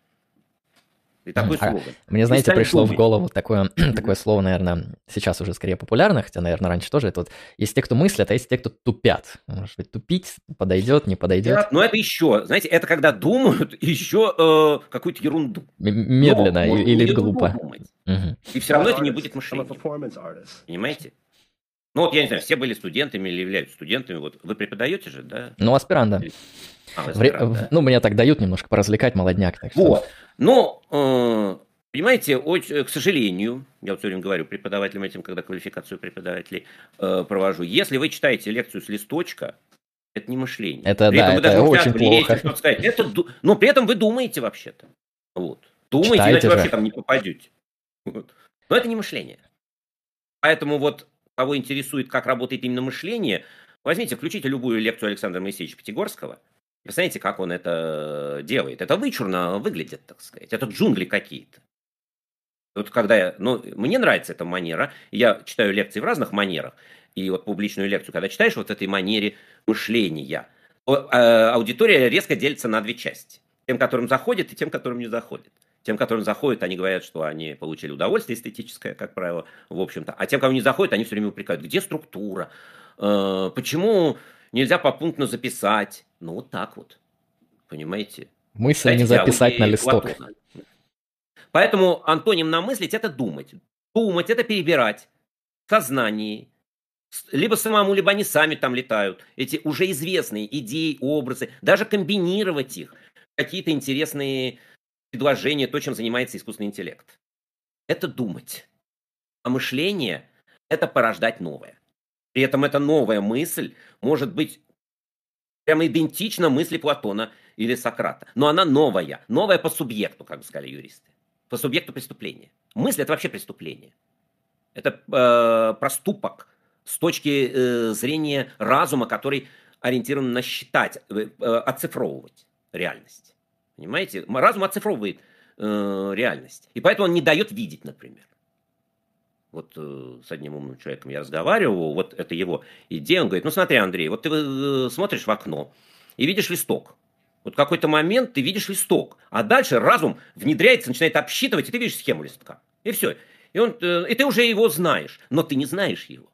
И такой А, слоган. мне, знаете, Перестань пришло в думать. голову такое, такое слово, наверное, сейчас уже скорее популярно, хотя, наверное, раньше тоже. Это вот есть те, кто мыслят, а есть те, кто тупят. Может быть, тупить подойдет, не подойдет. Но это еще, знаете, это когда думают еще э, какую-то ерунду. М- Но Медленно и- можно или ерунду глупо. думать. Мгм. И все равно это не будет мышлением. Понимаете? Ну вот я не знаю, все были студентами или являются студентами. Вот вы преподаете же, да? Ну, аспирант, да. Или- А, вы Вре- аспирант, да? Ну, мне так дают немножко поразвлекать молодняк. Так что... Вот. Но, э, понимаете, оч- к сожалению, я вот все время говорю преподавателям этим, когда квалификацию преподавателей э, провожу, если вы читаете лекцию с листочка, это не мышление. Это При да, этом вы это даже можете очень отвлечься, плохо. что-то сказать. Это, ду- но при этом вы думаете вообще-то. Вот. Думаете, Читайте иначе же. вообще там не попадете. Вот. Но это не мышление. Поэтому вот кого интересует, как работает именно мышление, возьмите, включите любую лекцию Александра Моисеевича Пятигорского. Посмотрите, как он это делает. Это вычурно выглядит, так сказать. Это джунгли какие-то. Вот когда я, ну, мне нравится эта манера. Я читаю лекции в разных манерах. И вот публичную лекцию, когда читаешь вот в этой манере мышления, то, э, аудитория резко делится на две части. Тем, которым заходит, и тем, которым не заходит. Тем, которым заходит, они говорят, что они получили удовольствие эстетическое, как правило, в общем-то. А тем, кому не заходит, они все время упрекают. Где структура? Э, почему нельзя попунктно записать? Ну, вот так вот. Понимаете? Мысль не Читайте записать на диалоги листок. Платона. Поэтому антоним намыслить – это думать. Думать – это перебирать в сознании, Либо самому, либо они сами там летают. Эти уже известные идеи, образы, даже комбинировать их, какие-то интересные предложения, то, чем занимается искусственный интеллект. Это думать. А мышление– это порождать новое. При этом эта новая мысль может быть прямо идентична мысли Платона или Сократа. Но она новая. Новая по субъекту, как бы сказали юристы. По субъекту преступления. Мысль– это вообще преступление. Это э, проступок с точки э, зрения разума, который ориентирован на считать, э, э, оцифровывать реальность. Понимаете? Разум оцифровывает э, реальность. И поэтому он не дает видеть, например. Вот э, с одним умным человеком я разговаривал, вот это его идея. Он говорит, ну смотри, Андрей, вот ты э, смотришь в окно и видишь листок. Вот в какой-то момент ты видишь листок, а дальше разум внедряется, начинает обсчитывать, и ты видишь схему листка. И все. И, он, э, и ты уже его знаешь, но ты не знаешь его.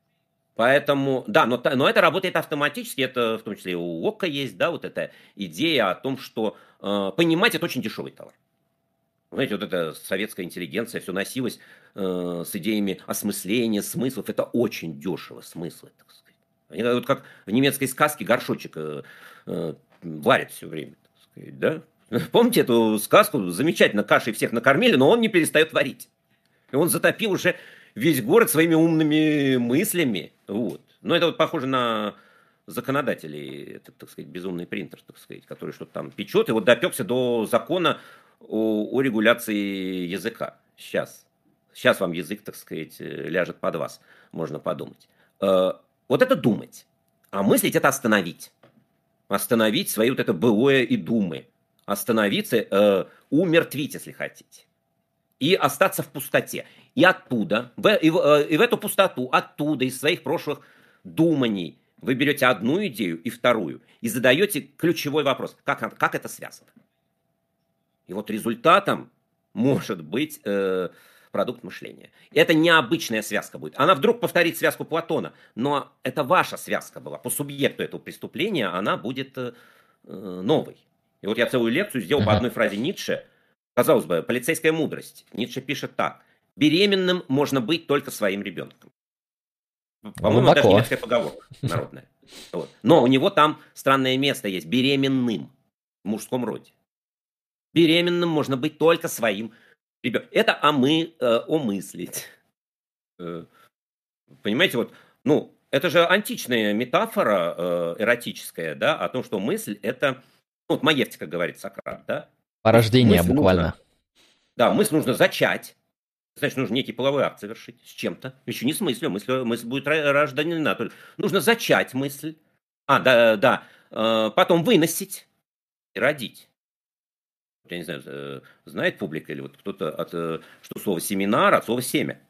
Поэтому, да, но, но это работает автоматически, это в том числе и у Локка есть, да, вот эта идея о том, что э, понимать это очень дешевый товар. Знаете, вот эта советская интеллигенция все носилась э, с идеями осмысления, смыслов. Это очень дешево, смыслы, так сказать. Они вот как в немецкой сказке горшочек э, э, варят все время, так сказать, да? Помните эту сказку? Замечательно, кашей всех накормили, но он не перестает варить. И он затопил уже весь город своими умными мыслями. Вот. Но это вот похоже на законодателей, это, так сказать, безумный принтер, так сказать, который что-то там печет, и вот допекся до закона о, о регуляции языка. Сейчас. Сейчас вам язык, так сказать, ляжет под вас, можно подумать. Э, вот это думать. А мыслить это остановить. Остановить свои вот это былое и думы. Остановиться, э, умертвить, если хотите. И остаться в пустоте. И оттуда, в, и, в, и в эту пустоту, оттуда, из своих прошлых думаний, вы берете одну идею и вторую, и задаете ключевой вопрос, как, как это связано. И вот результатом может быть э, продукт мышления. Это необычная связка будет. Она вдруг повторит связку Платона, но это ваша связка была. По субъекту этого преступления она будет э, новой. И вот я целую лекцию сделал по одной фразе Ницше. Казалось бы, полицейская мудрость. Ницше пишет так. Беременным можно быть только своим ребенком. По-моему, это даже немецкая поговорка народная. Вот. Но у него там странное место есть. Беременным. В мужском роде. Беременным можно быть только своим ребенком. Это о мы, э, омыслить. Э, понимаете, вот, ну, это же античная метафора э, эротическая, да, о том, что мысль это, ну, вот маевтика говорит Сократ, да. Порождение мысль буквально. Нужно, да, мысль нужно зачать. Значит, нужно некий половой акт совершить с чем-то. Еще не с мыслью. Мысль, мысль будет рождена. Нужно зачать мысль. А, да, да. Э, потом выносить и родить. Я не знаю, знает публика или вот кто-то, от, что слово семинар от слова семя.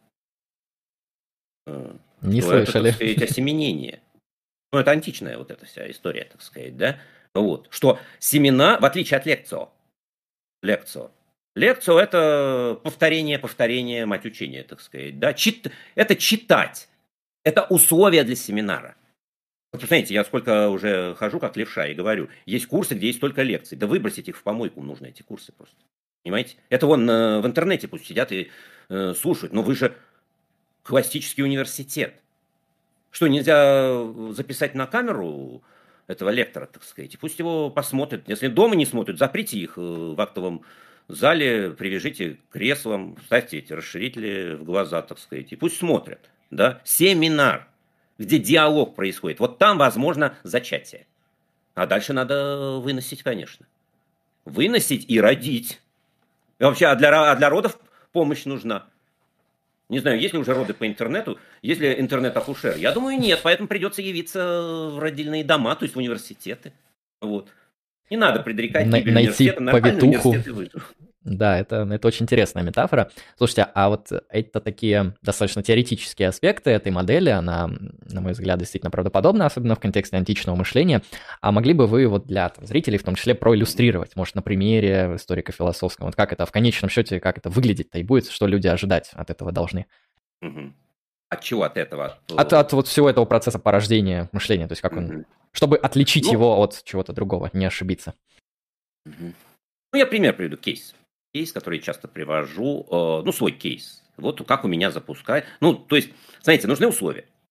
Не что слышали. Это, так сказать, осеменение. Ну, это античная вот эта вся история, так сказать, да. Вот. Что семена, в отличие от лекцио, лекцио, лекцио это повторение, повторение, мать учения, так сказать, да. Чит, это читать. Это условия для семинара. Вот, знаете, я сколько уже хожу как левша и говорю, есть курсы, где есть только лекции. Да выбросить их в помойку нужно, эти курсы просто. Понимаете? Это вон э, в интернете пусть сидят и э, слушают. Но вы же классический университет. Что, нельзя записать на камеру этого лектора, так сказать? И пусть его посмотрят. Если дома не смотрят, заприте их в актовом зале, привяжите к креслам, ставьте эти расширители в глаза, так сказать. И пусть смотрят. Да? Семинар, где диалог происходит. Вот там возможно зачатие. А дальше надо выносить, конечно. Выносить и родить. И вообще, а для, а для родов помощь нужна. Не знаю, есть ли уже роды по интернету, есть ли интернет-акушер. Я думаю, нет, поэтому придется явиться в родильные дома, то есть в университеты. Вот. Не надо предрекать гибель университета, нормальный университет и выжил. Да, это, это очень интересная метафора. Слушайте, а вот это такие достаточно теоретические аспекты этой модели, она, на мой взгляд, действительно правдоподобна, особенно в контексте античного мышления. А могли бы вы вот для там, зрителей в том числе проиллюстрировать, может, на примере историко-философском, вот как это в конечном счете, как это выглядеть-то и будет, что люди ожидать от этого должны? Угу. От чего от этого? От, от вот всего этого процесса порождения мышления, то есть как он, угу. чтобы отличить ну, его от чего-то другого, не ошибиться. Угу. Ну, я пример приведу, кейс. Кейс, который я часто привожу, э, ну, свой кейс. Вот как у меня запускает. Ну, то есть, знаете, нужны условия.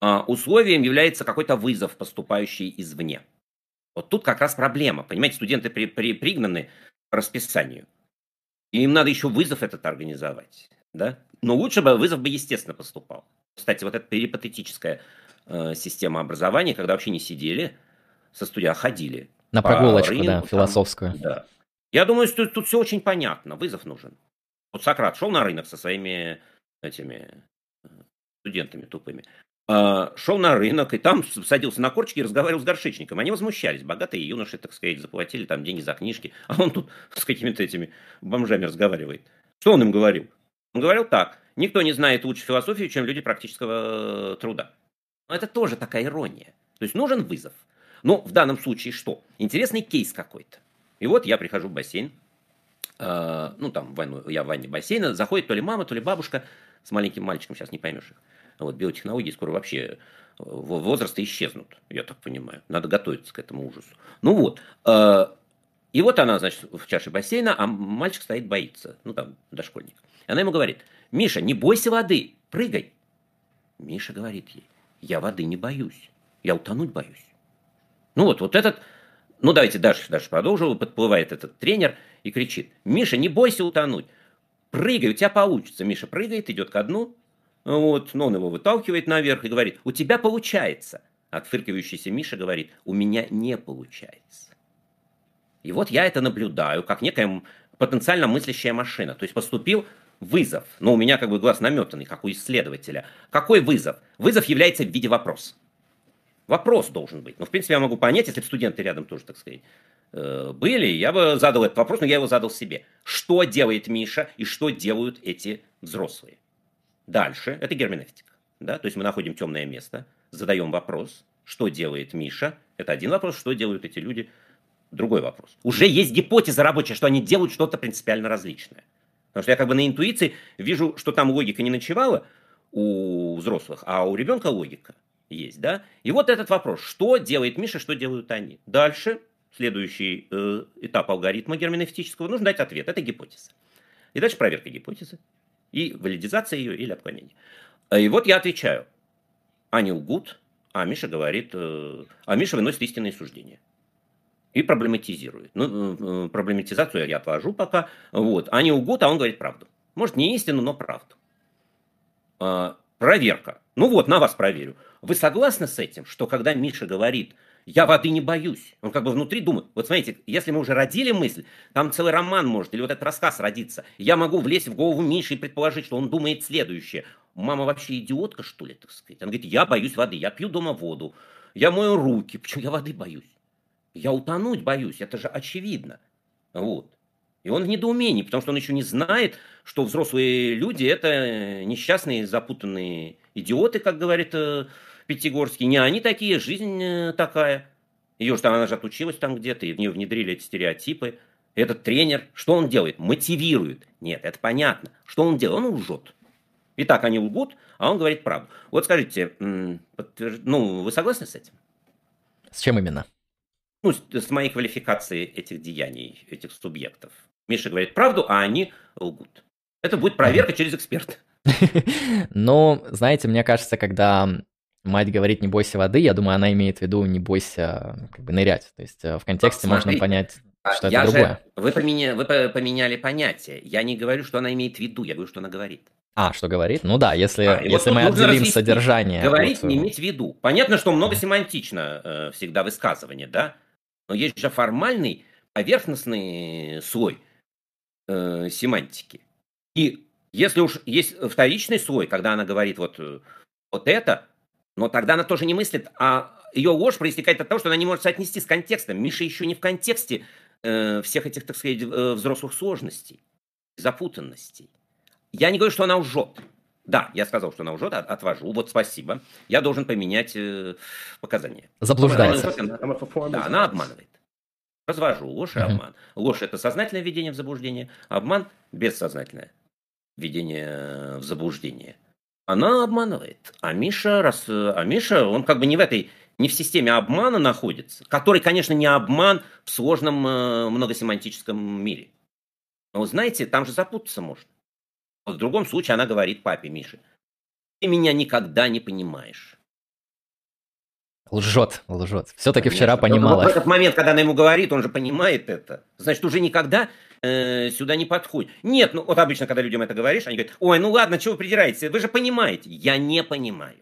а, условием является какой-то вызов, поступающий извне. Вот тут как раз проблема. Понимаете, студенты при, при- пригнаны по расписанию. И им надо еще вызов этот организовать. Да? Но лучше бы вызов бы естественно поступал. Кстати, вот эта перипатетическая э, система образования, когда вообще не сидели со студией, а ходили На по прогулочку, да, рынку. Там, философскую. да. Я думаю, что тут все очень понятно. Вызов нужен. Вот Сократ шел на рынок со своими этими э, студентами тупыми. А, шел на рынок, и там с- садился на корчики и разговаривал с горшечником. Они возмущались. Богатые юноши, так сказать, заплатили там деньги за книжки. А он тут с какими-то этими бомжами разговаривает. Что он им говорил? Он говорил так. Никто не знает лучше философию, чем люди практического э, труда. Но это тоже такая ирония. То есть нужен вызов. Но в данном случае что? Интересный кейс какой-то. И вот я прихожу в бассейн. э, ну, там, в ванну- я в ванне бассейна. Заходит то ли мама, то ли бабушка с маленьким мальчиком. Сейчас не поймешь их. Вот биотехнологии скоро вообще э, во- возраста исчезнут, я так понимаю. Надо готовиться к этому ужасу. Ну вот. э, И вот она, значит, в чаше бассейна, а мальчик стоит, боится. Ну, там, дошкольник. Она ему говорит: Миша, не бойся воды, прыгай. Миша говорит ей: я воды не боюсь, я утонуть боюсь. Ну вот, вот этот, ну давайте дальше, дальше продолжим. Подплывает этот тренер и кричит: Миша, не бойся утонуть, прыгай, у тебя получится. Миша прыгает, идет ко дну, вот, но он его выталкивает наверх и говорит: у тебя получается. Отфыркивающийся Миша говорит: у меня не получается. И вот я это наблюдаю, как некая м- потенциально мыслящая машина. То есть поступил вызов, но у меня как бы глаз наметанный, как у исследователя. Какой вызов? Вызов является в виде вопроса. Вопрос должен быть. Ну, в принципе, я могу понять, если бы студенты рядом тоже, так сказать, э, были, я бы задал этот вопрос, но я его задал себе. Что делает Миша и что делают эти взрослые? Дальше, это герменевтика. Да? То есть мы находим темное место, задаем вопрос, что делает Миша. Это один вопрос, что делают эти люди. Другой вопрос. Уже есть гипотеза рабочая, что они делают что-то принципиально различное. Потому что я как бы на интуиции вижу, что там логика не ночевала у взрослых, а у ребенка логика есть, да? И вот этот вопрос, что делает Миша, что делают они. Дальше, следующий э, этап алгоритма герменевтического, нужно дать ответ, это гипотеза. И дальше проверка гипотезы, и валидизация ее или отклонение. И вот я отвечаю, они лгут, а Миша говорит, э, а Миша выносит истинные суждения. И проблематизирует. Ну, э, проблематизацию я отложу пока. Вот. Они лгут, а он говорит правду. Может, не истину, но правду. А, проверка. Ну вот, на вас проверю. Вы согласны с этим, что когда Миша говорит: я воды не боюсь, он как бы внутри думает: вот смотрите, если мы уже родили мысль, там целый роман может, или вот этот рассказ родится, я могу влезть в голову Миши и предположить, что он думает следующее. Мама вообще идиотка, что ли, так сказать? Она говорит: я боюсь воды, я пью дома воду, я мою руки. Почему я воды боюсь? Я утонуть боюсь, это же очевидно. Вот. И он в недоумении, потому что он еще не знает, что взрослые люди — это несчастные, запутанные идиоты, как говорит э, Пятигорский. Не они такие, жизнь э, такая. Ее же там, она же отучилась там где-то, и в нее внедрили эти стереотипы. Этот тренер, что он делает? Мотивирует. Нет, это понятно. Что он делает? Он лжет. Итак, они лгут, а он говорит правду. Вот скажите, м, подтвержд- ну, вы согласны с этим? С чем именно? Ну, с, с моей квалификацией этих деяний, этих субъектов. Миша говорит правду, а они лгут. Это будет Ага. проверка через эксперта. Ну, знаете, мне кажется, когда мать говорит «не бойся воды», я думаю, она имеет в виду «не бойся как бы нырять». То есть э, в Но контексте можно смотрите, понять, а, что это я же, другое. вы, поменя, вы по- поменяли понятие. Я не говорю, что она имеет в виду, я говорю, что она говорит. А, что говорит? Ну да, если, А, и вот если тут мы нужно отделим развести. содержание от... Говорить, не э, иметь в виду. Понятно, что много Мгм. семантично э, всегда высказывание, да? Но есть же формальный, поверхностный слой э, семантики. И если уж есть вторичный слой, когда она говорит вот, э, вот это, но тогда она тоже не мыслит, а ее ложь проистекает от того, что она не может соотнести с контекстом. Миша еще не в контексте э, всех этих, так сказать, э, взрослых сложностей, запутанностей. Я не говорю, что она лжет. Да, я сказал, что она лжет, от- отвожу. Вот спасибо. Я должен поменять э, показания. Она не Заблуждается. лжет, она- да, она обманывает. Развожу ложь и Мгм. обман. Ложь — это сознательное введение в заблуждение, обман — бессознательное введение в заблуждение. Она обманывает. А Миша, раз, э, а Миша, он как бы не в этой, не в системе обмана находится, который, конечно, не обман в сложном э, многосемантическом мире. Но вы знаете, там же запутаться можно. Вот в другом случае она говорит папе Мише: ты меня никогда не понимаешь. Лжет, лжет. Все-таки вчера Конечно. Но вот в понимала. этот момент, когда она ему говорит, он же понимает это. Значит, уже никогда э, сюда не подходит. Нет, ну вот обычно, когда людям это говоришь, они говорят, ой, ну ладно, чего вы придираетесь, вы же понимаете. Я не понимаю.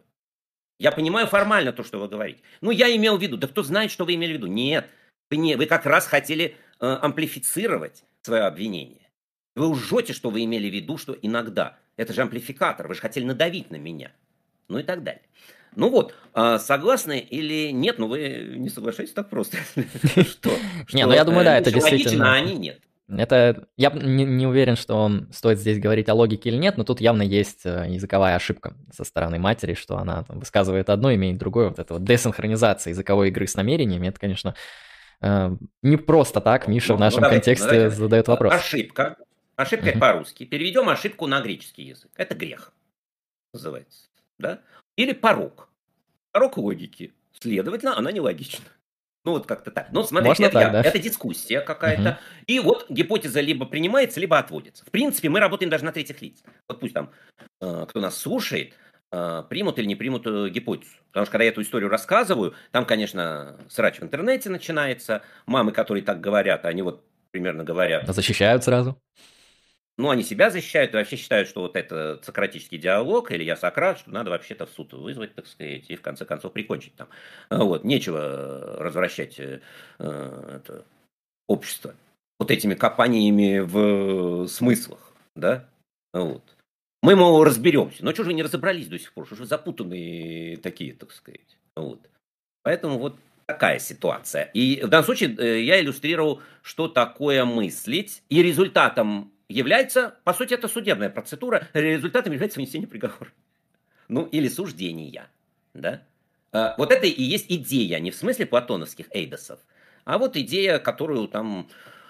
Я понимаю формально то, что вы говорите. Ну, я имел в виду. Да кто знает, что вы имели в виду? Нет, вы, не, вы как раз хотели э, амплифицировать свое обвинение. Вы лжете, что вы имели в виду, что иногда. Это же амплификатор, вы же хотели надавить на меня. Ну и так далее. Ну вот, а согласны или нет? Ну вы не соглашаетесь так просто. Что? Не, ну я думаю, да, это Ниша логична, а действительно... они нет. Это я б не, не уверен, что стоит здесь говорить о логике или нет, но тут явно есть э, языковая ошибка со стороны матери, что она там высказывает одно, имеет другое. Вот это вот десинхронизация языковой игры с намерениями, это, конечно, э, не просто так Миша Ну, в ну, нашем давайте, ну, контексте давайте. задает вопрос. Ошибка. Ошибка Мгм. по-русски. Переведем ошибку на греческий язык. Это грех называется. Да? Или порок. Порок логики. Следовательно, она нелогична. Ну, вот как-то так. Ну, смотрите, Можно это, так, я, да? это дискуссия Мгм. какая-то. И вот гипотеза либо принимается, либо отводится. В принципе, мы работаем даже на третьих лицах. Вот пусть там, э, кто нас слушает, э, примут или не примут э, гипотезу. Потому что когда я эту историю рассказываю, там, конечно, срач в интернете начинается. Мамы, которые так говорят, они вот примерно говорят, Защищают сразу. ну, они себя защищают и вообще считают, что вот это сократический диалог, или я Сократ, что надо вообще-то в суд вызвать, так сказать, и в конце концов прикончить там. А Вот, нечего развращать э, э, это, общество вот этими копаниями в смыслах, да? Вот. Мы, мол, разберемся. Но что же вы не разобрались до сих пор? Что же вы запутанные такие, так сказать? Вот. Поэтому вот такая ситуация. И в данном случае э, я иллюстрировал, что такое мыслить. И результатом является, по сути, это судебная процедура, результатом является вынесение приговора. Ну, или суждения. Да? А, Вот это и есть идея, не в смысле платоновских эйдосов, а вот идея, которую там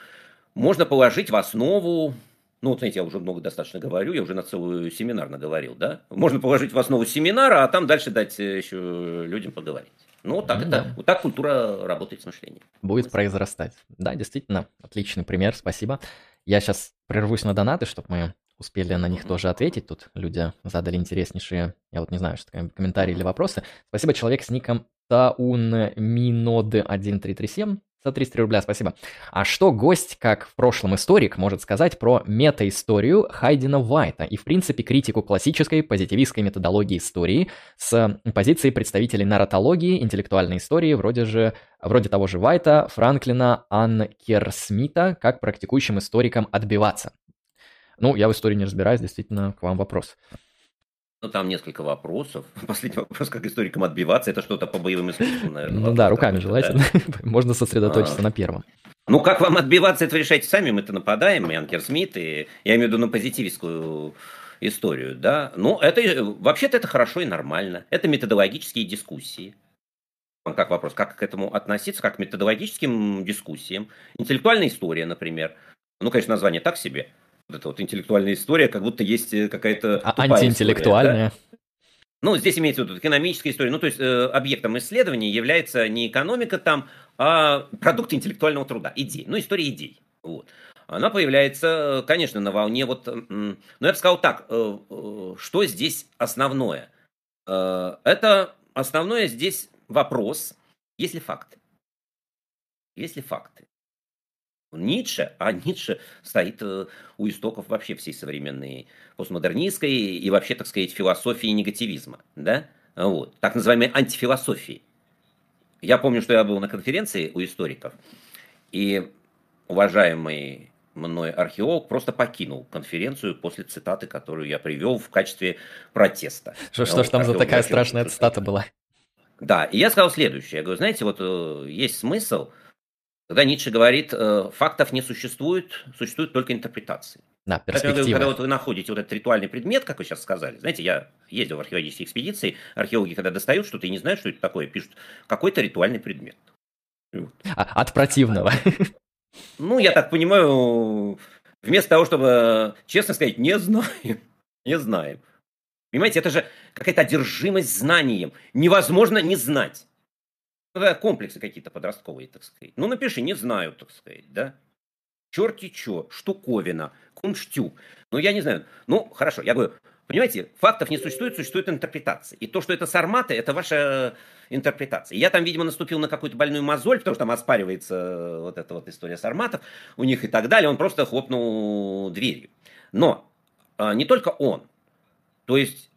можно положить в основу, ну, вот, знаете, я уже много достаточно говорю, я уже на целую семинар наговорил, да? Можно положить в основу семинара, а там дальше дать э, еще людям поговорить. Ну, вот так Ну это, да, вот так культура работает с мышлением. будет Мысль. произрастать. Да, действительно, отличный пример, спасибо. Я сейчас прервусь на донаты, чтобы мы успели на них Мгм. тоже ответить. Тут люди задали интереснейшие, я вот не знаю, что такое, комментарии или вопросы. Спасибо, человек с ником таунминод один три три семь за триста рубля, спасибо. А что гость, как в прошлом историк, может сказать про мета-историю Хайдена Уайта и, в принципе, критику классической позитивистской методологии истории с позиции представителей наратологии, интеллектуальной истории, вроде же вроде того же Уайта, Франклина, Анкерсмита, как практикующим историкам отбиваться? Ну, я в истории не разбираюсь, действительно, к вам вопрос. Ну, там несколько вопросов. Последний вопрос, как историкам отбиваться, это что-то по боевым искусствам, наверное. Ну да, вопрос руками какой-то, да? желательно. Можно А, сосредоточиться на первом. Ну, как вам отбиваться, это вы решайте сами, мы-то нападаем, и Анкер Смит, и я имею в виду на позитивистскую историю, да. Ну, это, э, вообще-то это хорошо и нормально. Это методологические дискуссии. Вам как вопрос, как к этому относиться, как к методологическим дискуссиям? Интеллектуальная история, например. Ну, конечно, название так себе. Вот это вот интеллектуальная история, как будто есть э, какая-то А тупая история, да? антиинтеллектуальная. Ну, здесь имеется в виду экономическая история. Ну, то есть э, объектом исследования является не экономика там, а продукт интеллектуального труда, идеи. Ну, история идей. Вот. Она появляется, э, конечно, на волне вот... м, Ну, я бы сказал так, э, э, что здесь основное? Э, Это основное здесь вопрос, есть ли факты? Есть ли факты? Ницше, а Ницше стоит э, у истоков вообще всей современной постмодернистской и вообще, так сказать, философии негативизма, да? Вот, так называемой антифилософии. Я помню, что я был на конференции у историков, и уважаемый мной археолог просто покинул конференцию после цитаты, которую я привел в качестве протеста. Что, что Вот, ж там за археолог такая вообще очень страшная крутой. цитата была? Да, и я сказал следующее. Я говорю, знаете, вот э, есть смысл, когда Ницше говорит, э, фактов не существует, существуют только интерпретации. Да, Поэтому я говорю, когда перспективы. вот вы находите вот этот ритуальный предмет, как вы сейчас сказали, знаете, я ездил в археологические экспедиции, археологи, когда достают что-то и не знают, что это такое, пишут какой-то ритуальный предмет. Вот. А, от противного. Ну, я так понимаю, вместо того, чтобы честно сказать, не знаем, не знаем. Понимаете, это же какая-то одержимость знанием. Невозможно не знать. Ну, да, комплексы какие-то подростковые, так сказать. Ну, напиши, не знаю, так сказать, да? Черти чё, штуковина, кунштюк. Ну, я не знаю. Ну, хорошо, я говорю, Понимаете, фактов не существует, существует интерпретация. И то, что это сарматы, это ваша интерпретация. Я там, видимо, наступил на какую-то больную мозоль, потому что там оспаривается вот эта вот история сарматов у них и так далее. Он просто хлопнул дверью. Но а, не только он. То есть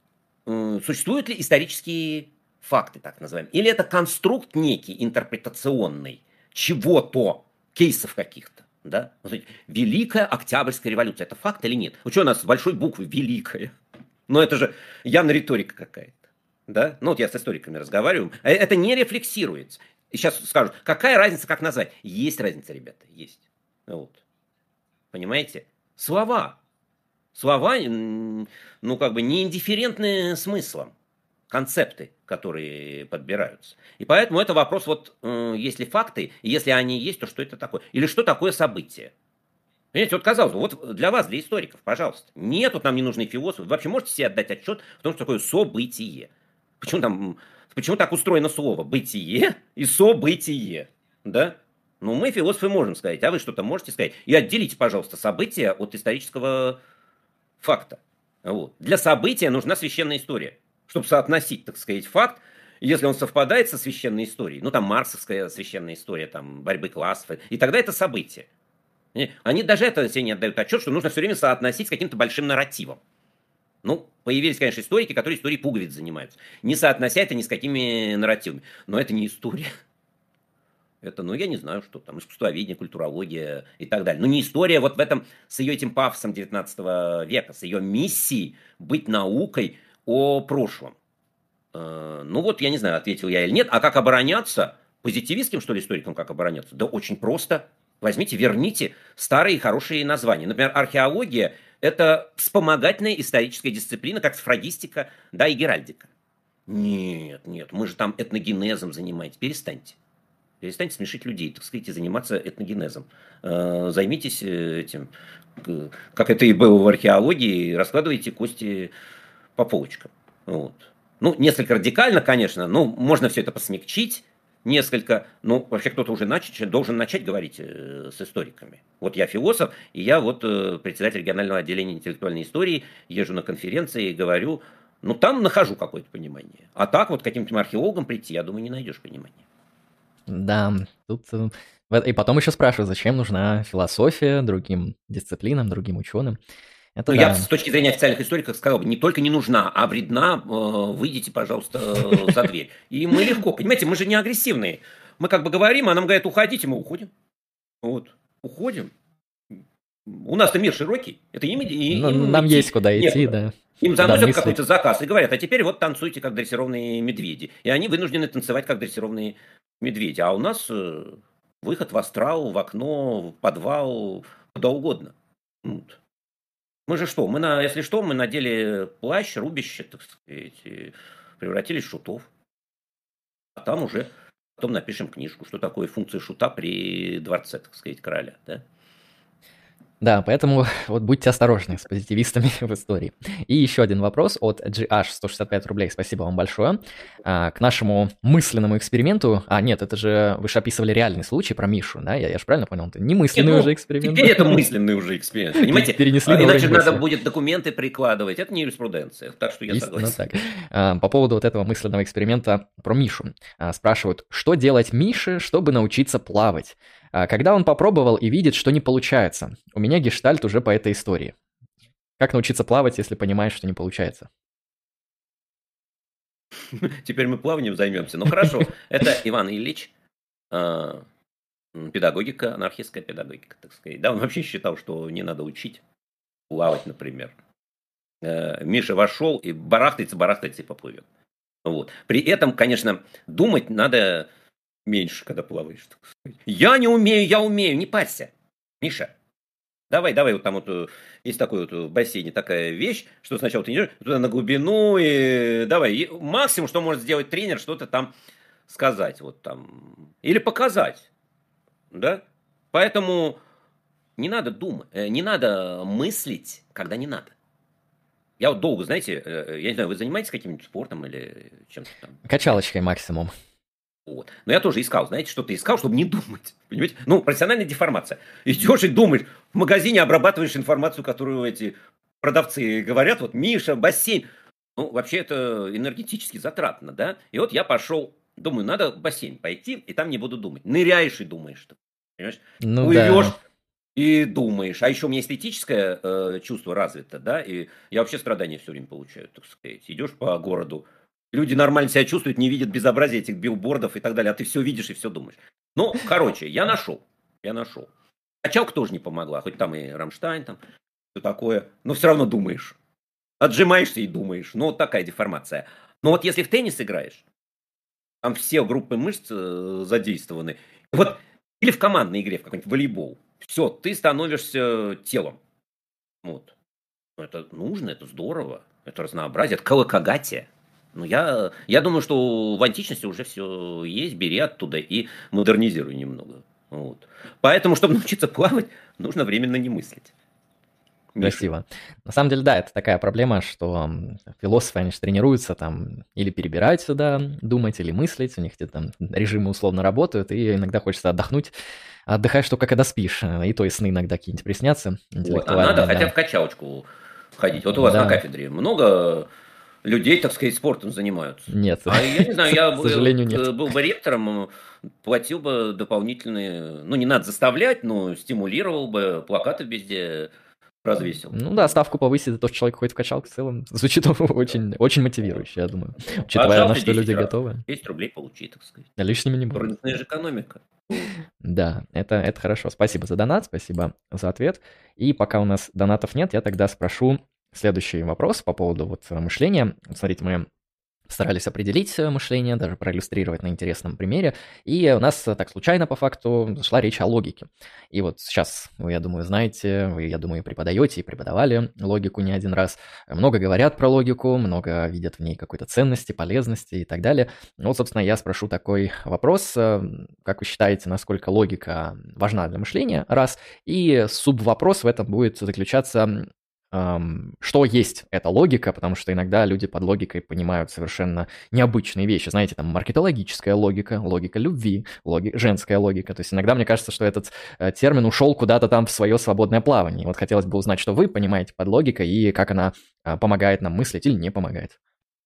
э, существуют ли исторические факты, так называемые? Или это конструкт некий интерпретационный чего-то, кейсов каких-то? Да? Великая Октябрьская революция. Это факт или нет? Ну что у нас с большой буквы «Великая»? Ну это же явно риторика какая-то. Да? Ну вот я с историками разговариваю. Это не рефлексируется. И сейчас скажут, какая разница, как назвать? Есть разница, ребята, есть. Вот. Понимаете? Слова. Слова, ну как бы не индифферентны смыслом. Концепты, которые подбираются. И поэтому это вопрос, вот, э, если факты, если они есть, то что это такое? Или что такое событие? Понимаете, вот казалось бы, вот для вас, для историков, пожалуйста. Нет, вот нам не нужны философы. Вы вообще можете себе отдать отчет в том, что такое событие? Почему, там, почему так устроено слово «бытие» и «событие»? Да? Ну, мы, философы, можем сказать, а вы что-то можете сказать? И отделите, пожалуйста, событие от исторического факта. Вот. Для события нужна священная история. Чтобы соотносить, так сказать, факт, если он совпадает со священной историей, ну там марксовская священная история, там борьбы классов, и тогда это событие. Они даже это себе не отдают отчет, что нужно все время соотносить с каким-то большим нарративом. Ну, появились, конечно, историки, которые историей пуговиц занимаются, не соотнося это ни с какими нарративами. Но это не история. Это, ну, я не знаю, что там, искусствоведение, культурология и так далее. Но не история вот в этом, с ее этим пафосом девятнадцатого века, с ее миссией быть наукой о прошлом. Э, ну вот, я не знаю, ответил я или нет. А как обороняться? Позитивистским, что ли, историкам как обороняться? Да очень просто. Возьмите, верните старые хорошие названия. Например, археология – это вспомогательная историческая дисциплина, как сфрагистика, да, и геральдика. Нет, нет, мы же там этногенезом занимаетесь. Перестаньте. Перестаньте смешить людей, так сказать, и заниматься этногенезом. Э, займитесь этим, как это и было в археологии, раскладывайте кости по полочкам. Вот. Ну, несколько радикально, конечно, но можно все это посмягчить несколько. Ну, вообще кто-то уже начать, должен начать говорить э, с историками. Вот я философ, и я вот э, председатель регионального отделения интеллектуальной истории, езжу на конференции и говорю, ну, там нахожу какое-то понимание. А так вот каким-то археологам прийти, я думаю, не найдешь понимания. Да, тут... э, И потом еще спрашивают, зачем нужна философия другим дисциплинам, другим ученым. Это Ну, да. я с точки зрения официальных историков сказал бы, не только не нужна, а вредна, э, выйдите, пожалуйста, э, за дверь. И мы легко, понимаете, мы же не агрессивные. Мы как бы говорим, а нам говорят, уходите, мы уходим. Вот, уходим. У нас-то мир широкий. Это им, им, Ну, им нам идти есть куда идти, некуда. да. Им Куда заносят мыслить. какой-то заказ и говорят, а теперь вот танцуйте, как дрессированные медведи. И они вынуждены танцевать, как дрессированные медведи. А у нас э, выход в астрал, в окно, в подвал, куда угодно. Вот. Мы же что? Мы на, если что, мы надели плащ, рубище, так сказать, и превратились в шутов. А там уже потом напишем книжку, что такое функция шута при дворце, так сказать, короля, да? Да, поэтому вот будьте осторожны с позитивистами в истории. И еще один вопрос от джи аш, сто шестьдесят пять рублей, спасибо вам большое. А, к нашему мысленному эксперименту, а нет, это же вы же описывали реальный случай про Мишу, да, я, я же правильно понял, это не мысленный Нет, ну, уже эксперимент. Теперь это мысленный уже эксперимент, понимаете? Перенесли на Иначе уровень надо мысли. будет документы прикладывать, это не юриспруденция, так что я Истинно согласен. так. А, По поводу вот этого мысленного эксперимента про Мишу. А, Спрашивают, что делать Мише, чтобы научиться плавать? А, Когда он попробовал и видит, что не получается. У меня гештальт уже по этой истории. Как научиться плавать, если понимаешь, что не получается? Теперь мы плаванием займемся. Ну хорошо, это Иван Ильич, э, педагогика, анархистская педагогика, так сказать. Да, он вообще считал, что не надо учить плавать, например. Э, Миша вошел и барахтается, барахтается и поплывет. Вот. При этом, конечно, думать надо меньше, когда плаваешь. Так сказать. Я не умею, я умею, не парься. Миша, давай, давай, вот там вот э, есть такой вот в бассейне такая вещь, что сначала ты идешь туда на глубину, и давай, и максимум, что может сделать тренер, что-то там сказать, вот там, или показать, да? Поэтому не надо думать, э, не надо мыслить, когда не надо. Я вот долго, знаете, э, я не знаю, вы занимаетесь каким-нибудь спортом или чем-то там? Качалочкой максимум. Вот. Но я тоже искал, знаете, что-то искал, чтобы не думать. Понимаете? Ну, профессиональная деформация. Идешь и думаешь, в магазине обрабатываешь информацию, которую эти продавцы говорят, вот, Миша, бассейн. Ну, вообще это энергетически затратно, да? И вот я пошел, думаю, надо в бассейн пойти, и там не буду думать. Ныряешь и думаешь, что, понимаешь? Ну Плывешь да. и думаешь. А еще у меня эстетическое э, чувство развито, да, и я вообще страдания все время получаю, так сказать. Идешь по городу, люди нормально себя чувствуют, не видят безобразия этих билбордов и так далее, а ты все видишь и все думаешь. Ну, короче, я нашел, я нашел. Качалка тоже не помогла, хоть там и Рамштайн, там, все такое, но все равно думаешь. Отжимаешься и думаешь. Ну, вот такая деформация. Но вот если в теннис играешь, там все группы мышц э, задействованы. Вот, или в командной игре, в какой-нибудь волейбол. Все, ты становишься телом. Вот. Ну, это нужно, это здорово. Это разнообразие, это колокогатия. Ну, я, я думаю, что в античности уже все есть, бери оттуда и модернизируй немного. Вот. Поэтому, чтобы научиться плавать, нужно временно не мыслить. Миша. Красиво. На самом деле, да, это такая проблема, что м, философы, они же тренируются там или перебирать сюда, думать, или мыслить, у них где-то там режимы условно работают, и иногда хочется отдохнуть. А отдыхаешь только когда спишь, э, и то и сны иногда какие-нибудь приснятся Вот. А интеллектуальные, надо хотя да. бы в качалочку ходить. Вот у вас на Да, кафедре много людей, так сказать, спортом занимаются. нет, А я не знаю, я к бы, сожалению, вот, нет. э, был бы ректором, э, платил бы дополнительные, ну, не надо заставлять, но стимулировал бы, плакаты везде развесил. Ну да, ставку повысить за то, что человек ходит в качалку в целом, звучит очень, очень мотивирующе, я думаю, учитывая, Отжал на ты что люди десять раз, готовы. десять рублей получи, так сказать. Лишними не будет. Рыночная же экономика. Да, это, это хорошо. Спасибо за донат, спасибо за ответ. И пока у нас донатов нет, я тогда спрошу следующий вопрос по поводу вот э, мышления. Смотрите, мы старались определить э, мышление, даже проиллюстрировать на интересном примере. И у нас э, так случайно по факту зашла речь о логике. И вот сейчас, вы, я думаю, знаете, вы, я думаю, преподаете и преподавали логику не один раз. Много говорят про логику, много видят в ней какой-то ценности, полезности и так далее. Ну вот, собственно, я спрошу такой вопрос. э, Как вы считаете, насколько логика важна для мышления? Раз. И субвопрос в этом будет заключаться ам, что есть эта логика, потому что иногда люди под логикой понимают совершенно необычные вещи. Знаете, там маркетологическая логика, логика любви, логи- женская логика. То есть иногда мне кажется, что этот э, термин ушел куда-то там в свое свободное плавание. Вот хотелось бы узнать, что вы понимаете под логикой и как она а, помогает нам мыслить или не помогает.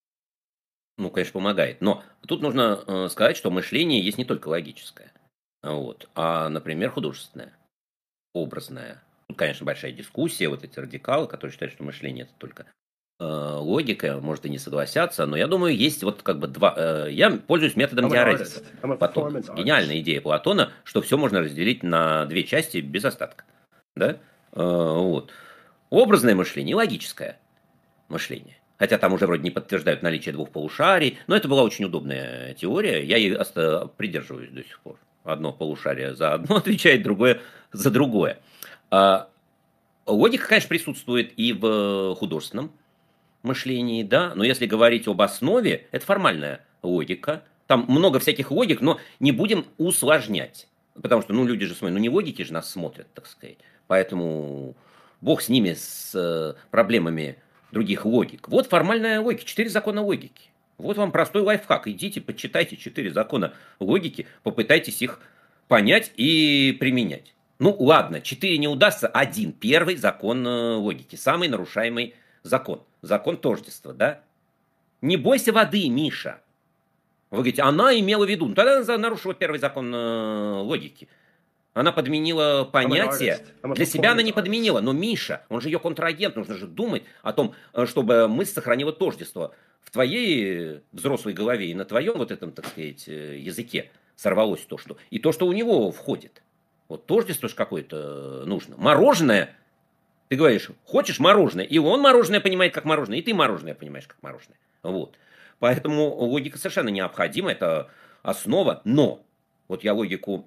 Ну, конечно, помогает. Но тут нужно э, сказать, что мышление есть не только логическое, вот, а, например, художественное, образное. Тут, конечно, большая дискуссия, вот эти радикалы, которые считают, что мышление это только э, логика, может и не согласятся, но я думаю, есть вот как бы два... э, я пользуюсь методом I'm an Диаретиса. artist. I'm a Платона. performance artist. Гениальная идея Платона, что все можно разделить на две части без остатка. Да? Э, вот. Образное мышление и логическое мышление. Хотя там уже вроде не подтверждают наличие двух полушарий, но это была очень удобная теория, я ей оста- придерживаюсь до сих пор. Одно полушарие за одно отвечает, другое за другое. А, логика, конечно, присутствует и в художественном мышлении, да, но если говорить об основе, это формальная логика. Там много всяких логик, но не будем усложнять. Потому что, ну, люди же смотрят, ну, не логики же нас смотрят, так сказать. Поэтому бог с ними, с э, проблемами других логик. Вот формальная логика, четыре закона логики. Вот вам простой лайфхак. Идите, почитайте четыре закона логики, попытайтесь их понять и применять. Ну, ладно, четыре не удастся, один. Первый закон э, логики, самый нарушаемый закон. Закон тождества, да? Не бойся воды, Миша. Вы говорите, она имела в виду. Ну, тогда она нарушила первый закон э, логики. Она подменила понятие. Для себя она не подменила, но Миша, он же ее контрагент, нужно же думать о том, чтобы мысль сохранила тождество. В твоей взрослой голове и на твоем вот этом, так сказать, языке сорвалось то, что... И то, что у него входит. Вот тождество же какое-то нужно. Мороженое, ты говоришь, хочешь мороженое? И он мороженое понимает как мороженое, и ты мороженое понимаешь как мороженое. Вот. Поэтому логика совершенно необходима, это основа. Но вот я логику...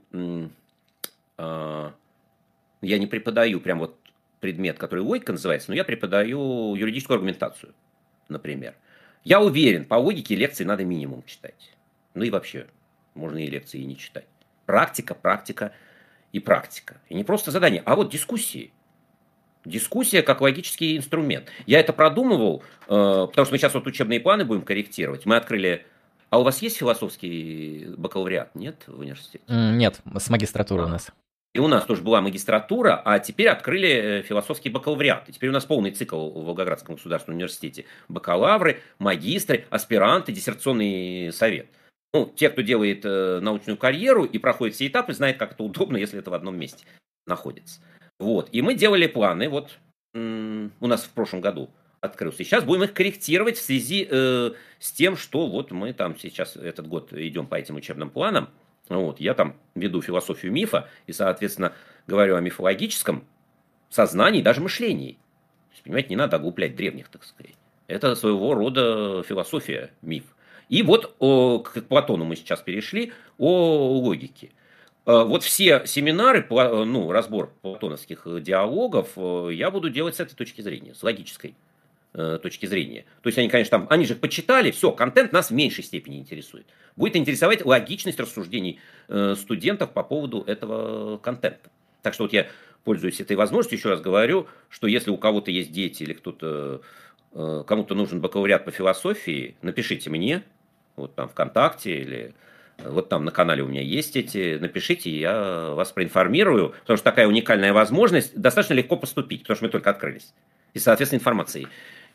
Я не преподаю прям вот предмет, который логика называется, но я преподаю юридическую аргументацию, например. Я уверен, по логике лекции надо минимум читать. Ну и вообще, можно и лекции и не читать. Практика, практика и практика. И не просто задание, а вот дискуссии. Дискуссия как логический инструмент. Я это продумывал, потому что мы сейчас вот учебные планы будем корректировать. Мы открыли... А у вас есть философский бакалавриат? Нет, в университете? М, Нет, с магистратурой у А. нас. И у нас тоже была магистратура, а теперь открыли философский бакалавриат. И теперь у нас полный цикл в Волгоградском государственном университете. Бакалавры, магистры, аспиранты, диссертационный совет. Ну, те, кто делает э, научную карьеру и проходит все этапы, знают, как это удобно, если это в одном месте находится. Вот. И мы делали планы, вот м- у нас в прошлом году открылся. И сейчас будем их корректировать в связи э, с тем, что вот мы там сейчас этот год идем по этим учебным планам. Вот, я там веду философию мифа и, соответственно, говорю о мифологическом сознании, даже мышлении. То есть, понимаете, не надо оглуплять древних, так сказать. Это своего рода философия, миф. И вот о, к Платону мы сейчас перешли, о логике. Вот все семинары, ну, разбор платоновских диалогов я буду делать с этой точки зрения, с логической точки зрения. То есть они, конечно, там, они же почитали, все, контент нас в меньшей степени интересует. Будет интересовать логичность рассуждений э, студентов по поводу этого контента. Так что вот я пользуюсь этой возможностью, еще раз говорю, что если у кого-то есть дети или кто-то, э, кому-то нужен бакалавриат по философии, напишите мне, вот там ВКонтакте или вот там на канале у меня есть эти, напишите, я вас проинформирую, потому что такая уникальная возможность, достаточно легко поступить, потому что мы только открылись. И, соответственно, информации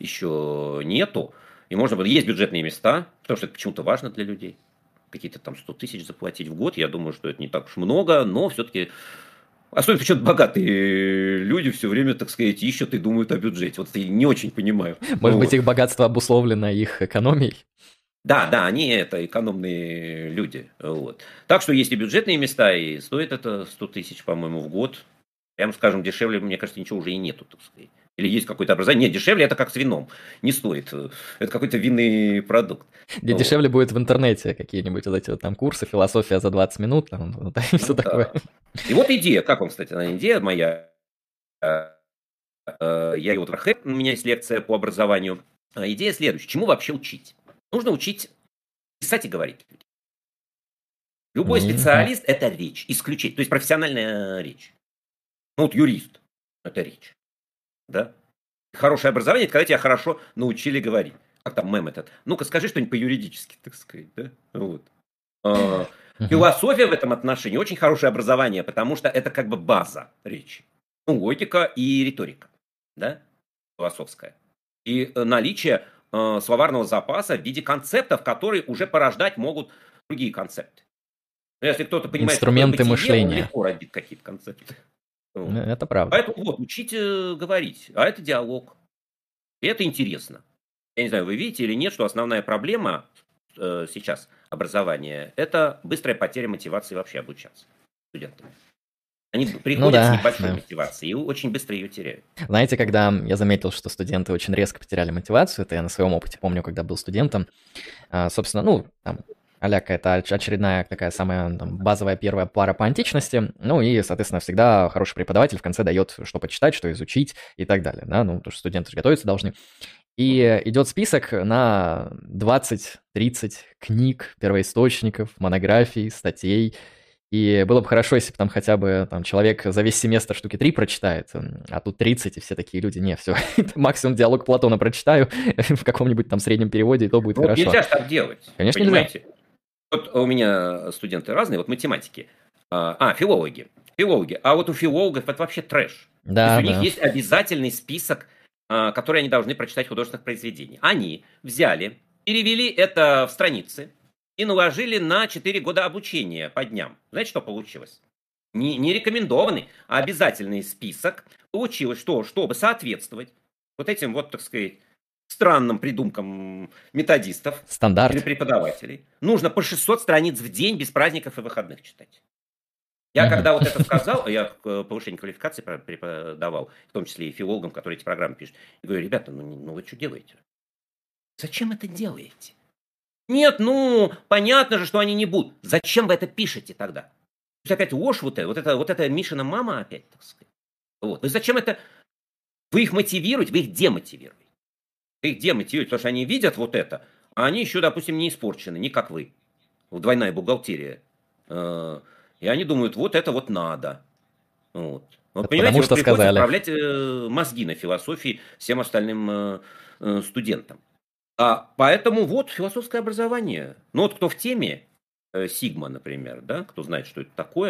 еще нету. И можно было, есть бюджетные места, потому что это почему-то важно для людей. Какие-то там сто тысяч заплатить в год. Я думаю, что это не так уж много, но все-таки, особенно почему-то богатые люди все время, так сказать, ищут и думают о бюджете. Вот это я не очень понимаю. Может вот. быть, их богатство обусловлено их экономией? Да, да, они это экономные люди. Вот. Так что есть и бюджетные места, и стоит это сто тысяч, по-моему, в год. Прямо скажем, дешевле, мне кажется, ничего уже и нету, так сказать. Или есть какое-то образование. Нет, дешевле это как с вином. Не стоит. Это какой-то винный продукт. Где вот. Дешевле будет в интернете какие-нибудь вот эти вот там курсы, философия за двадцать минут, там, вот, и все ну, такое. Да. И вот идея, как вам, кстати, она идея моя. Я ее вот у меня есть лекция по образованию. Идея следующая. Чему вообще учить? Нужно учить писать и говорить. Любой специалист – это речь, исключить. То есть профессиональная речь. Ну вот юрист – это речь. Да? Хорошее образование – это когда тебя хорошо научили говорить. Как там мем этот? Ну-ка скажи что-нибудь по-юридически, так сказать. Да? Вот. А, философия в этом отношении очень хорошее образование, потому что это как бы база речи. Ну, логика и риторика. Да? Философская. И наличие э, словарного запаса в виде концептов, которые уже порождать могут другие концепты. Но если кто-то понимает, инструменты что мышления, он легко родит какие-то концепты. Вот. Это правда. Поэтому вот, учите говорить, а это диалог. И это интересно. Я не знаю, вы видите или нет, что основная проблема э, сейчас образования – это быстрая потеря мотивации вообще обучаться студентам. Они приходят ну да, с небольшой да. мотивацией и очень быстро ее теряют. Знаете, когда я заметил, что студенты очень резко потеряли мотивацию, это я на своем опыте помню, когда был студентом, собственно, ну, там, а-ля какая-то очередная такая самая там, базовая первая пара по античности, ну и, соответственно, всегда хороший преподаватель в конце дает, что почитать, что изучить и так далее, да, ну, потому что студенты же готовиться должны. И идет список на двадцать-тридцать книг, первоисточников, монографий, статей. И было бы хорошо, если бы там хотя бы там, человек за весь семестр штуки три прочитает, а тут тридцать, и все такие люди, не, все, максимум диалог Платона прочитаю в каком-нибудь там среднем переводе, и то будет ну, хорошо. Нельзя же так делать. Конечно, понимаете? Нельзя. Вот у меня студенты разные, вот математики, а, филологи, филологи, а вот у филологов это вообще трэш. Да, То есть да. у них есть обязательный список, а, который они должны прочитать художественных произведений. Они взяли, перевели это в страницы, и наложили на четыре года обучения по дням. Знаете, что получилось? Не, не рекомендованный, а обязательный список. Получилось, что, чтобы соответствовать вот этим вот, так сказать, странным придумкам методистов Стандарт. или преподавателей, нужно по шестьсот страниц в день без праздников и выходных читать. Я mm-hmm. когда вот это сказал, я повышение квалификации преподавал, в том числе и филологам, которые эти программы пишут, я говорю, ребята, ну, ну вы что делаете? Зачем это делаете? Нет, ну, понятно же, что они не будут. Зачем вы это пишете тогда? То есть опять ложь вот это, вот это, вот это Мишина мама опять, так сказать. Вот. Вы зачем это? Вы их мотивируете, вы их демотивируете. Вы их демотивируете, потому что они видят вот это, а они еще, допустим, не испорчены, не как вы. Двойная бухгалтерия. И они думают, вот это вот надо. Вот. Вот, понимаете, потому что вот приходится сказали. отправлять мозги на философии всем остальным студентам. А, поэтому вот философское образование. Ну вот кто в теме, э, Сигма, например, да, кто знает, что это такое,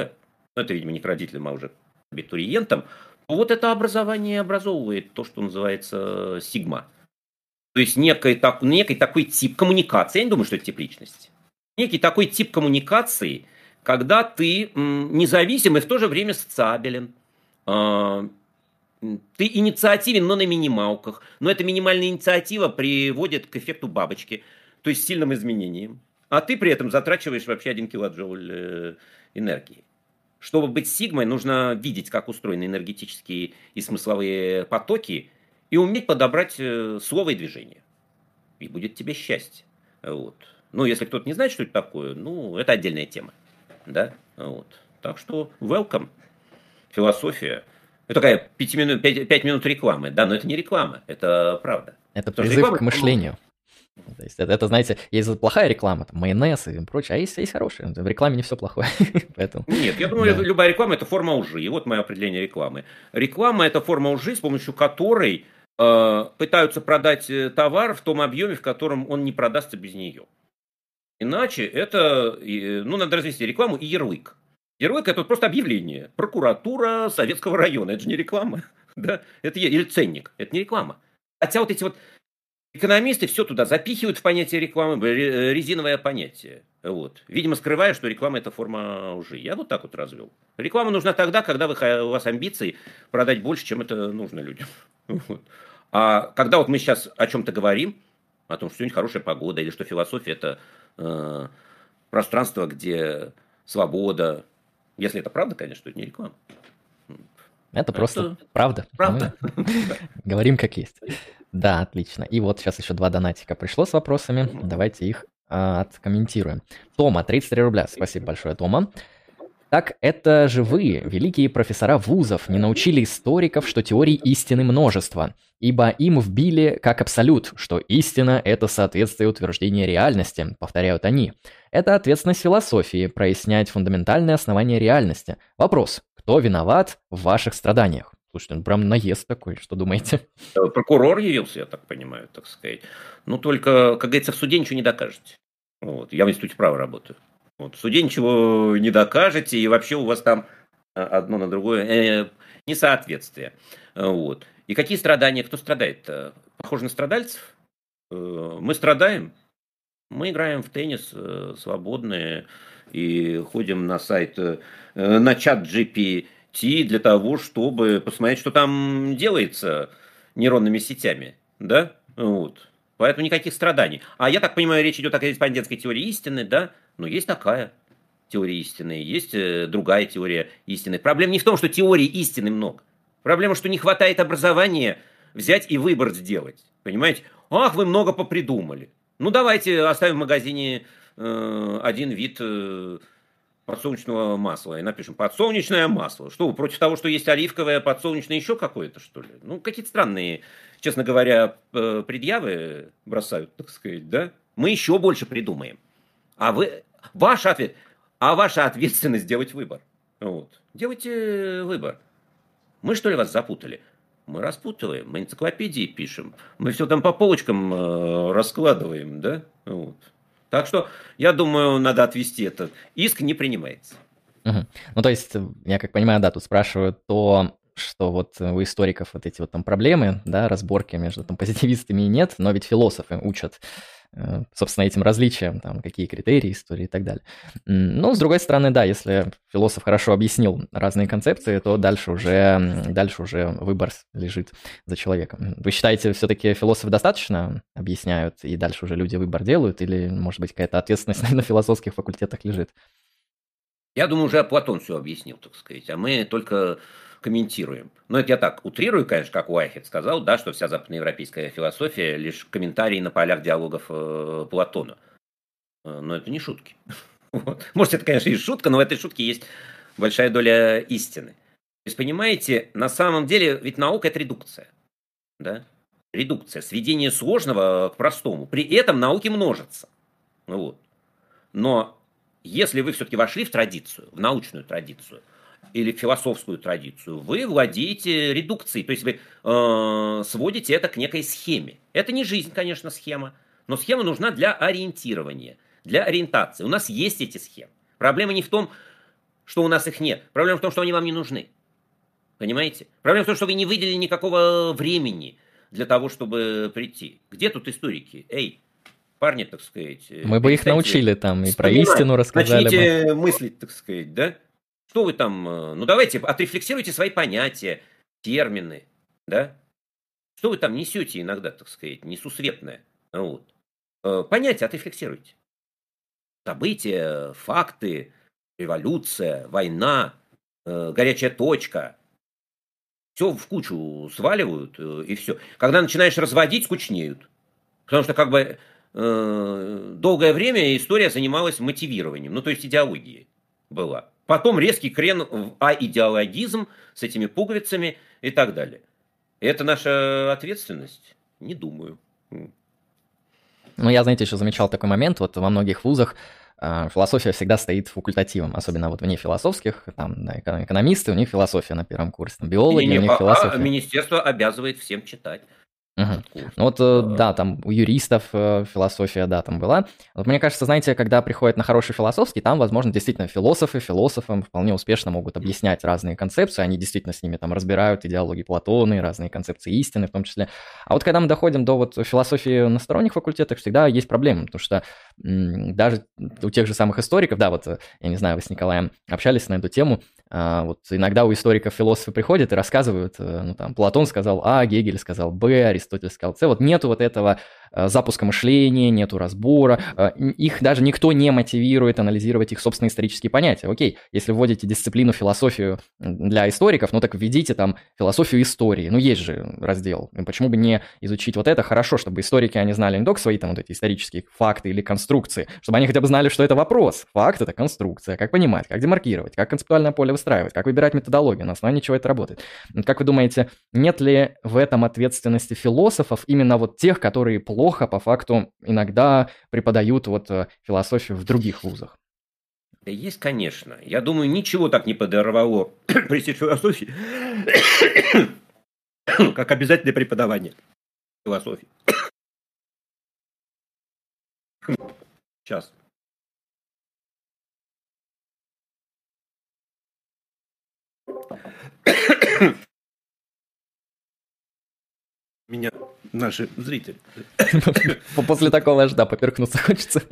ну, это, видимо, не к родителям, а уже к абитуриентам, вот это образование образовывает то, что называется сигма. То есть некий, так, некий такой тип коммуникации, я не думаю, что это тип личности, некий такой тип коммуникации, когда ты м, независим и в то же время социабелен, а, ты инициативен, но на минималках, но эта минимальная инициатива приводит к эффекту бабочки, то есть сильным изменениям, а ты при этом затрачиваешь вообще один килоджоуль э, энергии. Чтобы быть сигмой, нужно видеть, как устроены энергетические и смысловые потоки, и уметь подобрать э, слово и движение. И будет тебе счастье. Вот. Ну, если кто-то не знает, что это такое, ну, это отдельная тема. Да? Вот. Так что welcome. Философия. Это такая пять минут, пять, пять минут рекламы. Да, но это не реклама, это правда. Это Потому что призыв реклама- к мышлению. То есть это, это, знаете, есть плохая реклама, там, майонез и прочее, а есть, есть хорошая. В рекламе не все плохое. Поэтому, Нет, я думаю, да. любая реклама – это форма лжи. И вот мое определение рекламы. Реклама – это форма лжи, с помощью которой э, пытаются продать э, товар в том объеме, в котором он не продастся без нее. Иначе это, э, ну, надо развести рекламу и ярлык. Ярлык – это вот просто объявление. Прокуратура Советского района. Это же не реклама. Да? Это, е- или ценник. Это не реклама. Хотя вот эти вот экономисты все туда запихивают в понятие рекламы, ре- резиновое понятие. Вот. Видимо, скрывая, что реклама – это форма лжи. Я вот так вот развел. Реклама нужна тогда, когда вы, ха- у вас амбиции продать больше, чем это нужно людям. Вот. А когда вот мы сейчас о чем-то говорим, о том, что сегодня хорошая погода, или что философия – это э, пространство, где свобода. Если это правда, конечно, то это не реклама. Это просто Это правда. правда. Мы говорим как есть. Да, отлично. И вот сейчас еще два донатика пришло с вопросами. Давайте их а, откомментируем. Тома, тридцать три рубля. Спасибо большое, Тома. Так это же вы, великие профессора вузов, не научили историков, что теорий истины множество, ибо им вбили как абсолют, что истина – это соответствие утверждения реальности, повторяют они. Это ответственность философии – прояснять фундаментальные основания реальности. Вопрос: кто виноват в ваших страданиях? Слушайте, ну прям наезд такой, что думаете? Прокурор явился, я так понимаю, так сказать. Ну, только, как говорится, в суде ничего не докажете. Вот. Я в институте права работаю. Вот. В суде ничего не докажете, и вообще у вас там а, одно на другое э, несоответствие. Вот. И какие страдания? Кто страдает? Похоже на страдальцев? Э, Мы страдаем. Мы играем в теннис э, свободные и ходим на сайт, э, на чат джи пи ти для того, чтобы посмотреть, что там делается нейронными сетями. Да? Вот. Поэтому никаких страданий. А я так понимаю, речь идет о корреспондентской теории истины, да? Но есть такая теория истины, есть э, другая теория истины. Проблема не в том, что теории истины много. Проблема, что не хватает образования взять и выбор сделать. Понимаете? Ах, вы много попридумали. Ну, давайте оставим в магазине э, один вид э, подсолнечного масла и напишем подсолнечное масло. Что, вы против того, что есть оливковое, подсолнечное, еще какое-то, что ли? Ну, какие-то странные, честно говоря, э, предъявы бросают, так сказать, да? Мы еще больше придумаем. А вы, ваш ответ, а ваша ответственность делать выбор. Вот. Делайте выбор. Мы, что ли, вас запутали? Мы распутываем, мы энциклопедии пишем, мы все там по полочкам э, раскладываем, да? Вот. Так что, я думаю, надо отвести этот иск, не принимается. Мгм. Ну, то есть, э, я как понимаю, да, тут спрашивают то, что вот э, у историков вот эти вот там проблемы, да, разборки между там позитивистами и нет, но ведь философы учат, э, собственно, этим различиям, там, какие критерии истории и так далее. М, Но, с другой стороны, да, если философ хорошо объяснил разные концепции, то дальше уже, м, дальше уже выбор с- лежит за человеком. Вы считаете, все-таки философы достаточно объясняют, и дальше уже люди выбор делают, или, может быть, какая-то ответственность на философских факультетах лежит? Я думаю, уже Платон все объяснил, так сказать, а мы только комментируем. Но это я так утрирую, конечно, как Уайхед сказал, да, что вся западноевропейская философия лишь комментарий на полях диалогов э, Платона. Э, Но это не шутки. Вот. Может, это, конечно, и шутка, но в этой шутке есть большая доля истины. То есть, понимаете, на самом деле, ведь наука – это редукция. Да? Редукция, сведение сложного к простому. При этом науки множатся. Вот. Но если вы все-таки вошли в традицию, в научную традицию, или в философскую традицию, вы владеете редукцией, то есть вы э, сводите это к некой схеме. Это не жизнь, конечно, схема, но схема нужна для ориентирования, для ориентации. У нас есть эти схемы. Проблема не в том, что у нас их нет. Проблема в том, что они вам не нужны. Понимаете? Проблема в том, что вы не выделили никакого времени для того, чтобы прийти. Где тут историки? Эй, парни, так сказать. Мы бы их научили там и про истину рассказали бы. Начните мыслить, так сказать, да? Что вы там... Ну, давайте отрефлексируйте свои понятия, термины, да? Что вы там несете иногда, так сказать, несусветное? Вот. Понятия отрефлексируйте. События, факты, революция, война, горячая точка. Все в кучу сваливают, и все. Когда начинаешь разводить, скучнеют. Потому что как бы э, долгое время история занималась мотивированием, ну то есть идеологией была. Потом резкий крен в аидеологизм с этими пуговицами и так далее. И это наша ответственность? Не думаю. Ну, я, знаете, еще замечал такой момент, вот во многих вузах э, философия всегда стоит факультативом, особенно вот вне философских, там, да, экономисты, у них философия на первом курсе, там, биологи, не, не, у них а, философия. А министерство обязывает всем читать. Угу. Ну вот, да. да, там у юристов э, философия, да, там была. Вот мне кажется, знаете, когда приходят на хороший философский, там, возможно, действительно философы философам вполне успешно могут объяснять разные концепции, они действительно с ними там разбирают идеологии Платона и разные концепции истины в том числе. А вот когда мы доходим до вот философии на сторонних факультетах, всегда есть проблемы, потому что м- даже у тех же самых историков, да, вот, я не знаю, вы с Николаем общались на эту тему, а, вот иногда у историков философы приходят и рассказывают, ну там, Платон сказал А, Гегель сказал Б, Аристотель сказал С, вот нету вот этого а, запуска мышления, нету разбора, а, их даже никто не мотивирует анализировать их собственные исторические понятия. Окей, если вводите дисциплину философию для историков, ну так введите там философию истории, ну есть же раздел, почему бы не изучить вот это, хорошо, чтобы историки, они знали не только свои там вот эти исторические факты или конструкции, чтобы они хотя бы знали, что это вопрос, факт это конструкция, как понимать, как демаркировать, как концептуальное поле выстраивать, как выбирать методологию, на основании чего это работает. Как вы думаете, нет ли в этом ответственности философов, именно вот тех, которые плохо по факту иногда преподают вот философию в других вузах? Да есть, конечно. Я думаю, ничего так не подорвало престиж философии, как обязательное преподавание философии. Сейчас. Меня наши зрители. После такого аж, да, поперхнуться хочется.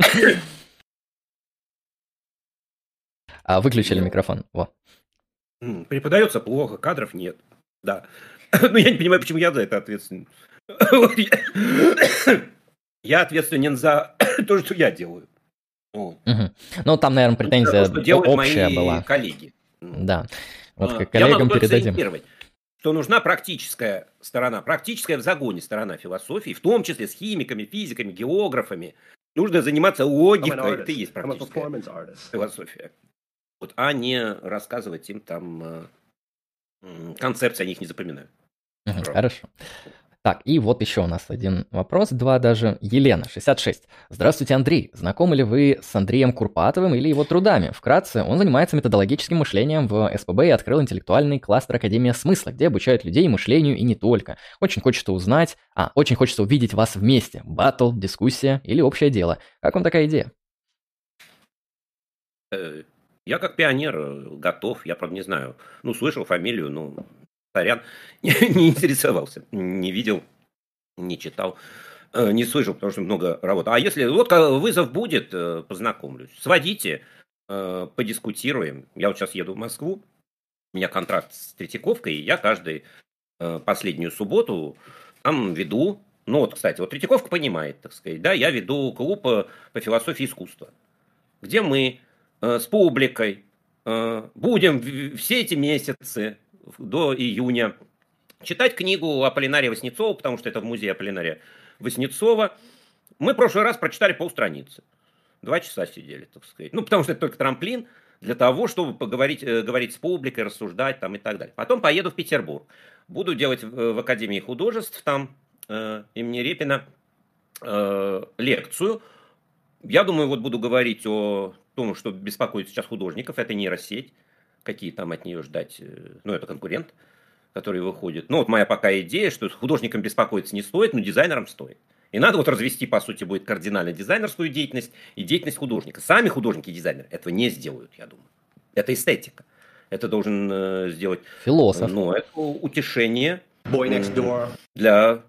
А выключили микрофон. Во. Преподается плохо, кадров нет. Да. Но я не понимаю, почему я за это ответственен. Я ответственен за то, что я делаю. Вот. Угу. Ну, там, наверное, претензия то, общая мои была. коллеги. Да. Вот а, коллегам передадим. Что нужна практическая сторона, практическая в загоне сторона философии, в том числе с химиками, физиками, географами. Нужно заниматься логикой. Это и есть практическая философия. Вот, а не рассказывать им там э, концепции, они их не запоминают. Угу, хорошо. Так, и вот еще у нас один вопрос, два даже. Елена, шестьдесят шесть. Здравствуйте, Андрей. Знакомы ли вы с Андреем Курпатовым или его трудами? Вкратце, он занимается методологическим мышлением в эс пэ бэ и открыл интеллектуальный кластер Академия смысла, где обучают людей мышлению и не только. Очень хочется узнать, а, очень хочется увидеть вас вместе. Баттл, дискуссия или общее дело. Как вам такая идея? Я как пионер готов, я, правда, не знаю. Ну, слышал фамилию, ну... Сорян, не интересовался, не видел, не читал, не слышал, потому что много работы. А если вот вызов будет, познакомлюсь. Сводите, подискутируем. Я вот сейчас еду в Москву, у меня контракт с Третьяковкой, и я каждую последнюю субботу там веду. Ну вот, кстати, вот Третьяковка понимает, так сказать, да, я веду клуб по философии искусства, где мы с публикой будем все эти месяцы до июня читать книгу Аполлинария Васнецова, потому что это в музее Аполлинария Васнецова. Мы в прошлый раз прочитали полстраницы. Два часа сидели, так сказать. Ну, потому что это только трамплин для того, чтобы поговорить, говорить с публикой, рассуждать там и так далее. Потом поеду в Петербург. Буду делать в Академии художеств там э, имени Репина э, лекцию. Я думаю, вот буду говорить о том, что беспокоит сейчас художников. Это нейросеть. Какие там от нее ждать, ну, это конкурент, который выходит. Ну, вот моя пока идея, что художникам беспокоиться не стоит, но дизайнерам стоит. И надо вот развести, по сути, будет кардинально дизайнерскую деятельность и деятельность художника. Сами художники и дизайнеры этого не сделают, я думаю. Это эстетика. Это должен э, сделать... Философ. Ну, это утешение для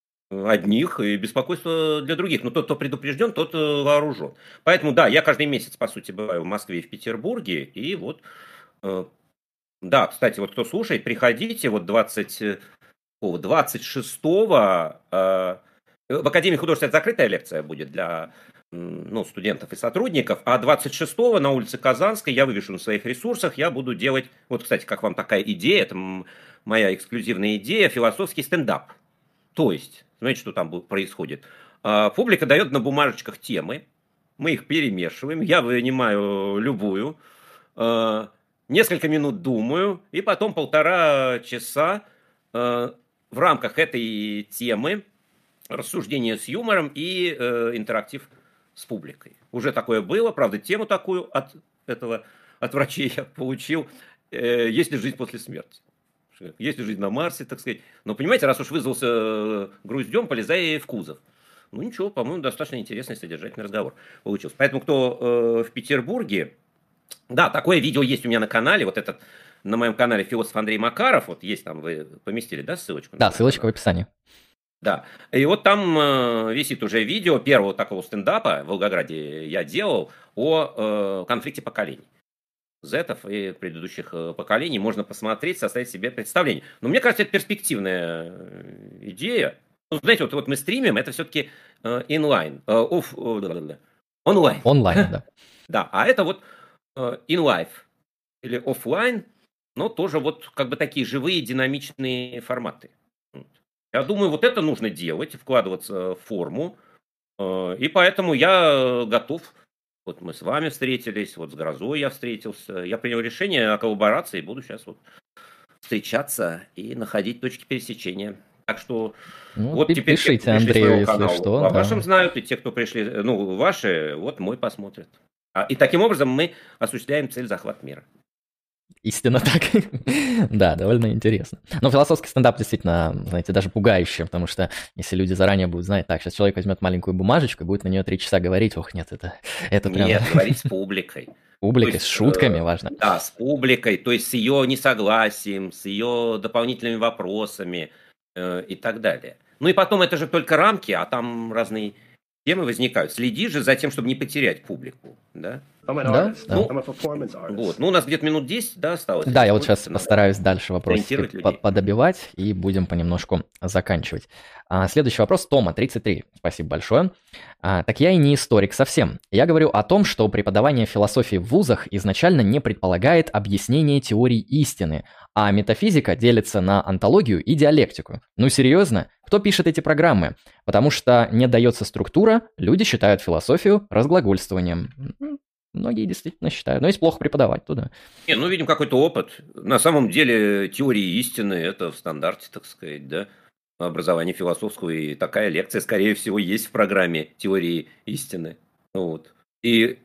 одних и беспокойство для других. Но тот, кто предупрежден, тот вооружен. Поэтому, да, я каждый месяц, по сути, бываю в Москве и в Петербурге. И вот, э, да, кстати, вот кто слушает, приходите вот двадцать, двадцать шестого э, в Академии художеств это закрытая лекция будет для ну, студентов и сотрудников, а двадцать шестого на улице Казанской я вывешу на своих ресурсах, я буду делать, вот, кстати, как вам такая идея, это моя эксклюзивная идея, философский стендап. То есть, знаете, что там происходит? А, публика дает на бумажечках темы, мы их перемешиваем, я вынимаю любую, а, несколько минут думаю, и потом полтора часа а, в рамках этой темы рассуждение с юмором и э, интерактив с публикой. Уже такое было, правда, тему такую от этого, от врачей я получил. Э, есть ли жизнь после смерти? Есть ли жизнь на Марсе, так сказать. Но, понимаете, раз уж вызвался груздем, полезай в кузов. Ну, ничего, по-моему, достаточно интересный, содержательный разговор получился. Поэтому, кто э, в Петербурге... Да, такое видео есть у меня на канале. Вот этот, на моем канале философ Андрей Макаров. Вот есть там, вы поместили, да, ссылочку? Да, ссылочка в описании. Да, и вот там э, висит уже видео первого такого стендапа в Волгограде я делал о э, конфликте поколений. Зетов и предыдущих э, поколений можно посмотреть, составить себе представление. Но мне кажется, это перспективная идея. Ну, знаете, вот, вот мы стримим, это все-таки э, инлайн, э, оф, э, онлайн. Онлайн, да. Да, а это вот э, in-life или офлайн, но тоже вот как бы такие живые динамичные форматы. Я думаю, вот это нужно делать, вкладываться в форму, и поэтому я готов. Вот мы с вами встретились, вот с Грозой я встретился. Я принял решение о коллаборации, буду сейчас вот встречаться и находить точки пересечения. Так что ну, вот теперь пишите те, кто пришли Андрею, с моего канала, что, о да. вашем знают, и те, кто пришли, ну, ваши, вот мой посмотрят. И таким образом мы осуществляем цель захвата мира. Истинно так. Да, довольно интересно. Но философский стендап действительно, знаете, даже пугающий, потому что если люди заранее будут знать, так, сейчас человек возьмет маленькую бумажечку и будет на нее три часа говорить, ох, нет, это, это прям... Нет, говорить с публикой. Публикой, есть, с шутками, э, важно. Да, с публикой, то есть с ее несогласием, с ее дополнительными вопросами э, и так далее. Ну и потом это же только рамки, а там разные темы возникают. Следи же за тем, чтобы не потерять публику, да? Да, да. Ну, вот. Ну, у нас где-то минут десять, да, осталось? Да, я вот сейчас постараюсь дальше вопросы людей. подобивать и будем понемножку заканчивать. А, следующий вопрос Тома, тридцать три. Спасибо большое. А, так я и не историк совсем. Я говорю о том, что преподавание философии в вузах изначально не предполагает объяснение теорий истины, а метафизика делится на онтологию и диалектику. Ну серьезно? Кто пишет эти программы? Потому что не дается структура, люди считают философию разглагольствованием. Многие действительно считают. Но если плохо преподавать, то да. Не, ну, видим какой-то опыт. На самом деле теории истины – это в стандарте, так сказать, да, образования философского. И такая лекция, скорее всего, есть в программе теории истины. Вот. И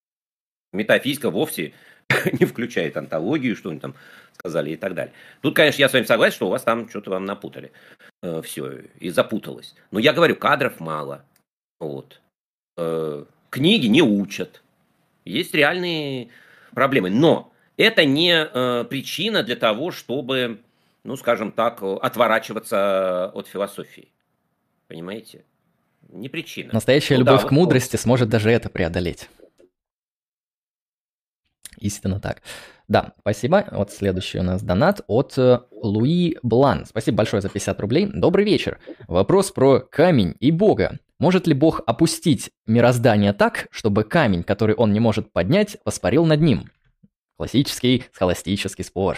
метафизика вовсе не включает онтологию, что они там сказали и так далее. Тут, конечно, я с вами согласен, что у вас там что-то вам напутали. Э, все, и запуталось. Но я говорю, кадров мало. Вот. Э, книги не учат. Есть реальные проблемы. Но это не э, причина для того, чтобы, ну, скажем так, отворачиваться от философии. Понимаете? Не причина. Настоящая ну, любовь да, к вот, мудрости вот. сможет даже это преодолеть. Истинно так. Да, спасибо. Вот следующий у нас донат от э, Луи Блан. Спасибо большое за пятьдесят рублей. Добрый вечер. Вопрос про камень и Бога. Может ли Бог опустить мироздание так, чтобы камень, который он не может поднять, воспарил над ним? Классический схоластический спор.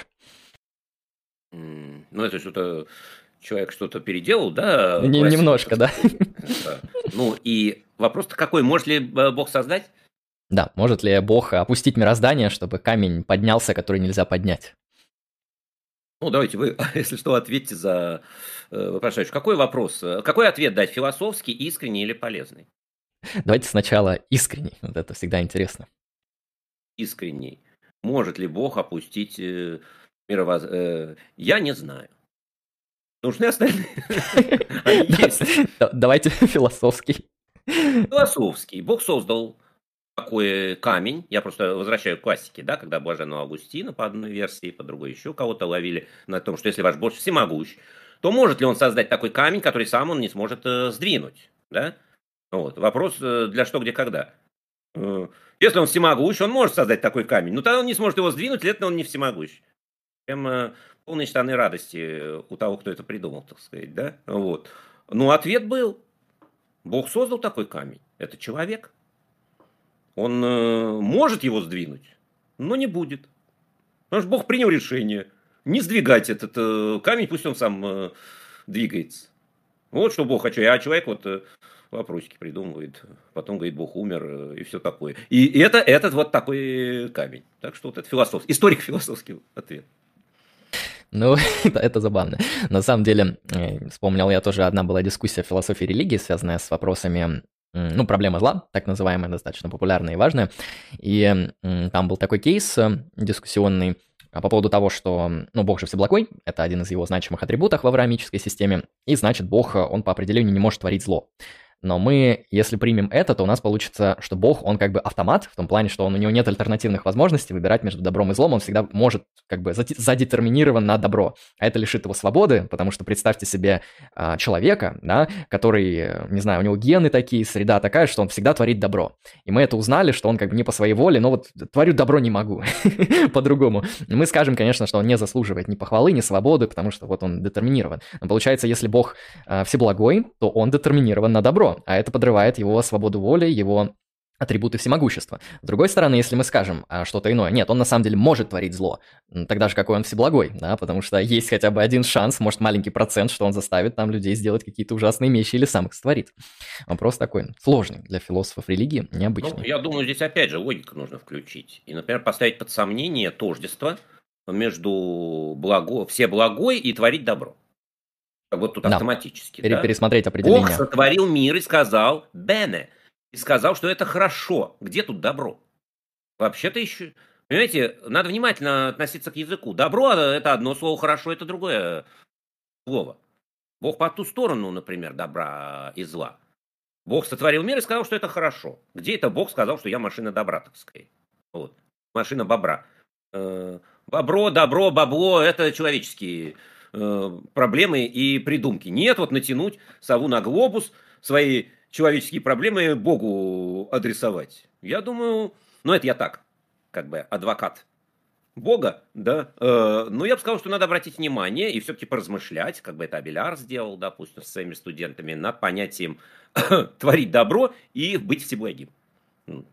Ну, это что-то... Человек что-то переделал, да? Не, немножко, да. Ну, и вопрос-то какой? Может ли Бог создать? Да, может ли Бог опустить мироздание, чтобы камень поднялся, который нельзя поднять? Ну, давайте вы, если что, ответьте за э, вопрошающего. Какой вопрос? Какой ответ дать? Философский, искренний или полезный? Давайте сначала искренний. Вот это всегда интересно. Искренний. Может ли Бог опустить э, мировоз... Э, я не знаю. Нужны остальные? Давайте философский. Философский. Бог создал такой камень, я просто возвращаю к классике, да, когда блаженного Августина по одной версии, по другой еще кого-то ловили на том, что если ваш Бог всемогущ, то может ли он создать такой камень, который сам он не сможет э, сдвинуть, да? Вот. Вопрос э, для что, где, когда. Э, Если он всемогущ, он может создать такой камень, но тогда он не сможет его сдвинуть, следовательно, он не всемогущ. Прям э, полные штаны радости э, у того, кто это придумал, так сказать, да? Вот. Ну, ответ был. Бог создал такой камень. Это человек. Он э, может его сдвинуть, но не будет. Потому что Бог принял решение не сдвигать этот э, камень, пусть он сам э, двигается. Вот что Бог хочу. А человек вот э, вопросики придумывает. Потом говорит, Бог умер э, и все такое. И это этот вот такой камень. Так что вот это философский, историк-философский ответ. Ну, это, это забавно. На самом деле, э, вспомнил я тоже, одна была дискуссия в философии религии, связанная с вопросами, м, ну, проблема зла, так называемая, достаточно популярная и важная. И м, там был такой кейс э, дискуссионный а, по поводу того, что, ну, Бог же всеблагой, это один из его значимых атрибутов в авраамической системе, и значит, Бог, э, он по определению не может творить зло. Но мы, если примем это, то у нас получится, что Бог, он как бы автомат, в том плане, что он, у него нет альтернативных возможностей выбирать между добром и злом, он всегда может как бы зати- задетерминирован на добро. А это лишит его свободы, потому что представьте себе а, человека, да, который, э, не знаю, у него гены такие, среда такая, что он всегда творит добро. И мы это узнали, что он как бы не по своей воле, но вот творю добро не могу, по-другому. Мы скажем, конечно, что он не заслуживает ни похвалы, ни свободы, потому что вот он детерминирован. Но получается, если Бог а, всеблагой, то он детерминирован на добро, а это подрывает его свободу воли, его атрибуты всемогущества. С другой стороны, если мы скажем а, что-то иное, нет, он на самом деле может творить зло, м, тогда же какой он всеблагой, да, потому что есть хотя бы один шанс, может маленький процент, что он заставит там людей сделать какие-то ужасные вещи или сам их сотворит. Вопрос такой сложный для философов религии, Ну, необычный. я думаю, здесь опять же логику нужно включить. И, например, поставить под сомнение тождество между благо... всеблагой и творить добро. Как вот тут Да, автоматически, пере- да? пересмотреть Бог определение. сотворил мир и сказал «бене». И сказал, что это хорошо. Где тут добро? Вообще-то еще... Понимаете, надо внимательно относиться к языку. Добро – это одно слово, хорошо – это другое слово. Бог по ту сторону, например, добра и зла. Бог сотворил мир и сказал, что это хорошо. Где это Бог сказал, что я машина добра, так сказать? Вот. Машина бобра. Э, Бобро, добро, бабло – это человеческие э, проблемы и придумки. Нет, вот натянуть сову на глобус, свои человеческие проблемы Богу адресовать. Я думаю, ну это я так, как бы адвокат Бога, да. Э, но я бы сказал, что надо обратить внимание и все-таки поразмышлять, как бы это Абеляр сделал, допустим, со своими студентами, над понятием творить добро и быть всеблагим. М.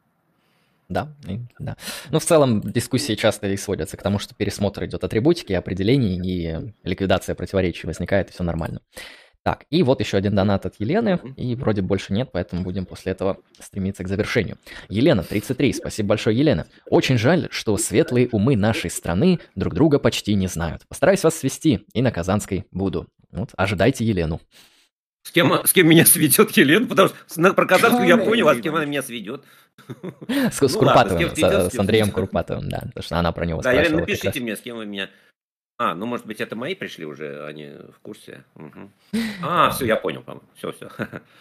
Да, и- да. Ну, в целом, дискуссии часто и сводятся к тому, что пересмотр идет атрибутики, определений, и ликвидация противоречий возникает, и все нормально. Так, и вот еще один донат от Елены, Мгм. и вроде больше нет, поэтому будем после этого стремиться к завершению. Елена, тридцать три, спасибо большое, Елена. Очень жаль, что светлые умы нашей страны друг друга почти не знают. Постараюсь вас свести, и на Казанской буду. Вот, ожидайте Елену. С кем, с кем меня сведет Елена? Потому что с- на- про Казанскую я понял, а с кем она меня сведет? С, с Ну ладно, с Курпатовым, кем с, сведет, с с кем Андреем сведет. Курпатовым, да, потому что она про него Да, Елена, спрашивала как раз. напишите мне, с кем вы меня... А, ну может быть это мои пришли уже, они в курсе. Мгм. А, все, я понял, по-моему. Все, все.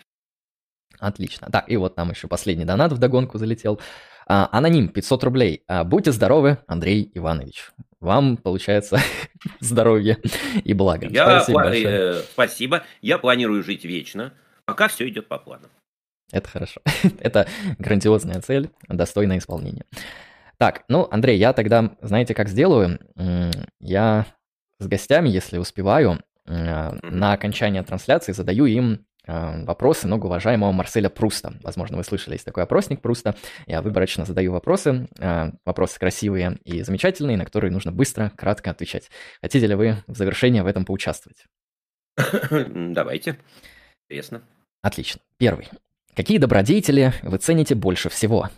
Отлично. Так, и вот там еще последний донат вдогонку залетел. А, аноним, пятьсот рублей. А, будьте здоровы, Андрей Иванович. Вам, получается, здоровья и блага. Я, Спасибо пла- большое. э, спасибо. Я планирую жить вечно, пока все идет по плану. Это хорошо. Это грандиозная цель, достойное исполнение. Так, ну, Андрей, я тогда, знаете, как сделаю? М, Я с гостями, если успеваю, м, Мгм. на окончание трансляции задаю им а, вопросы многоуважаемого Марселя Пруста. Возможно, вы слышали, есть такой опросник Пруста. Я выборочно задаю вопросы, а, вопросы красивые и замечательные, на которые нужно быстро, кратко отвечать. Хотите ли вы в завершение в этом поучаствовать? Давайте. Интересно. Отлично. Первый. Какие добродетели вы цените больше всего?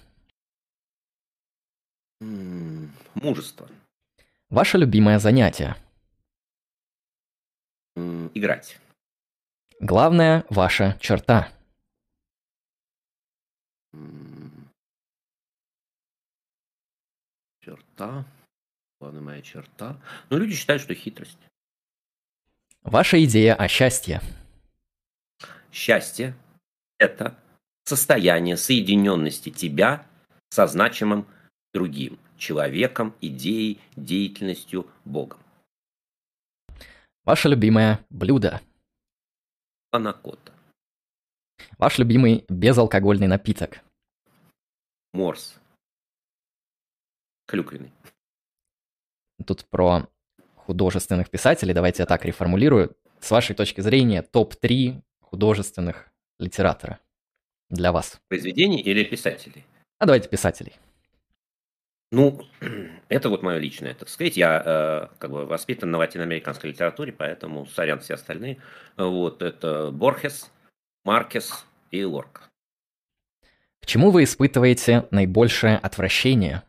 М, Мужество. Ваше любимое занятие? М, Играть. Главная ваша черта? М, Черта. Главная моя черта. Ну, люди считают, что хитрость. Ваша идея о счастье? Счастье – это состояние соединенности тебя со значимым другим человеком, идеей, деятельностью, Богом. Ваше любимое блюдо. Панакота. Ваш любимый безалкогольный напиток. Морс. Клюквенный. Тут про художественных писателей, давайте я так реформулирую. С вашей точки зрения, топ три художественных литератора для вас. Произведений или писателей? А давайте писателей. Ну, это вот мое личное, так сказать. Я э, как бы воспитан на латиноамериканской литературе, поэтому сорян все остальные. Вот это Борхес, Маркес и Лорка. К чему вы испытываете наибольшее отвращение?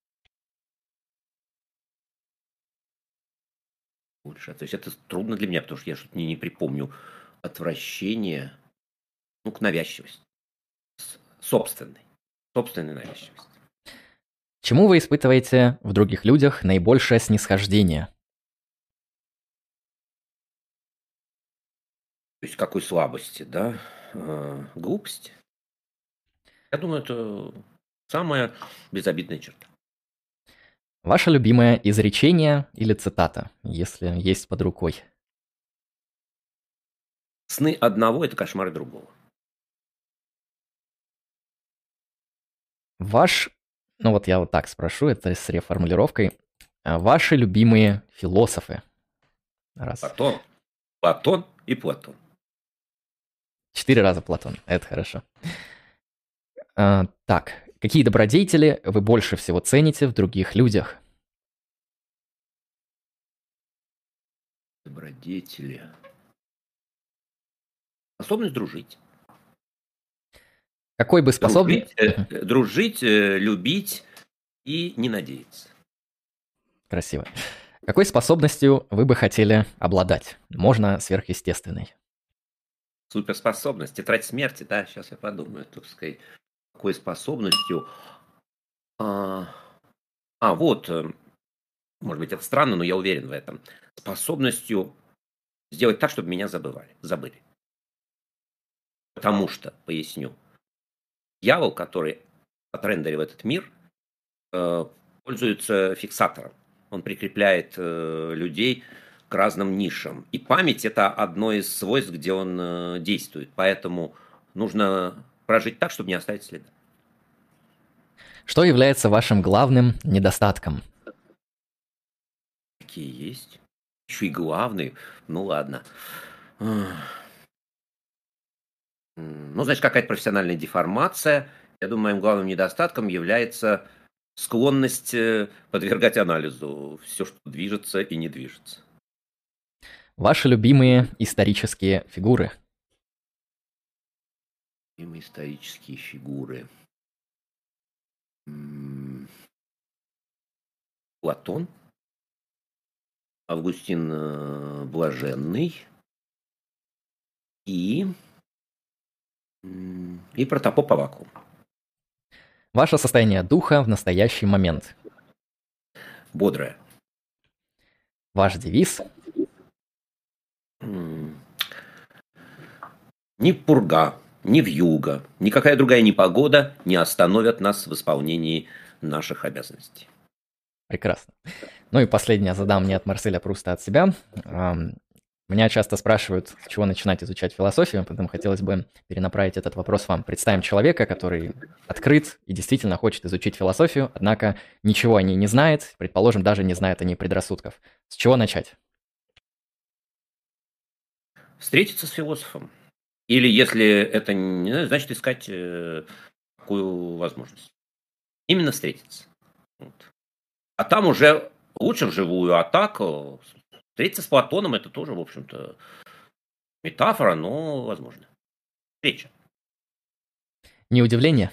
Больше. То есть это трудно для меня, потому что я что-то не, не припомню отвращение, ну, к навязчивости. С- Собственной. Собственной навязчивости. К чему вы испытываете в других людях наибольшее снисхождение? То есть какой слабости, да? Э, глупости. Я думаю, это самая безобидная черта. Ваше любимое изречение или цитата, если есть под рукой? Сны одного – это кошмары другого. Ваш, ну вот я вот так спрошу, это с реформулировкой. А Ваши любимые философы? Раз. Платон, Платон и Платон. Четыре раза Платон, это хорошо. А, так, какие добродетели вы больше всего цените в других людях? Добродетели. Способность дружить. Какой бы способность... Дружить, э, дружить, э, любить и не надеяться. Красиво. Какой способностью вы бы хотели обладать? Можно сверхъестественной. Суперспособность, тетрадь смерти, да, сейчас я подумаю, так сказать, какой способностью. А, а, вот, э, может быть, это странно, но я уверен в этом. Способностью сделать так, чтобы меня забывали, забыли. Потому что, поясню, дьявол, который отрендерил этот мир, э, пользуется фиксатором. Он прикрепляет э, людей к разным нишам. И память – это одно из свойств, где он э, действует. Поэтому нужно прожить так, чтобы не оставить следа. Что является вашим главным недостатком? Какие есть. Еще и главный. Ну ладно. М, Ну, значит, какая-то профессиональная деформация. Я думаю, моим главным недостатком является склонность э, подвергать анализу все, что движется и не движется. Ваши любимые исторические фигуры? Любимые исторические фигуры. М, Платон, Августин э, Блаженный и, м, и Протопоп Авакум. Ваше состояние духа в настоящий момент? Бодрая. Ваш девиз? М, Ни пурга, ни вьюга, никакая другая непогода не остановят нас в исполнении наших обязанностей. Прекрасно. Ну и последнее задам не от Марселя Пруста, а от себя. Ам, Меня часто спрашивают, с чего начинать изучать философию, поэтому хотелось бы перенаправить этот вопрос вам. Представим человека, который открыт и действительно хочет изучить философию, однако ничего о ней не знает, предположим, даже не знает о ней предрассудков. С чего начать? Встретиться с философом. Или если это не знаю, значит искать э, такую возможность. Именно встретиться. Вот. А там уже лучше вживую, а так э, встретиться с Платоном это тоже, в общем-то, метафора, но возможно. Встреча. Не удивление?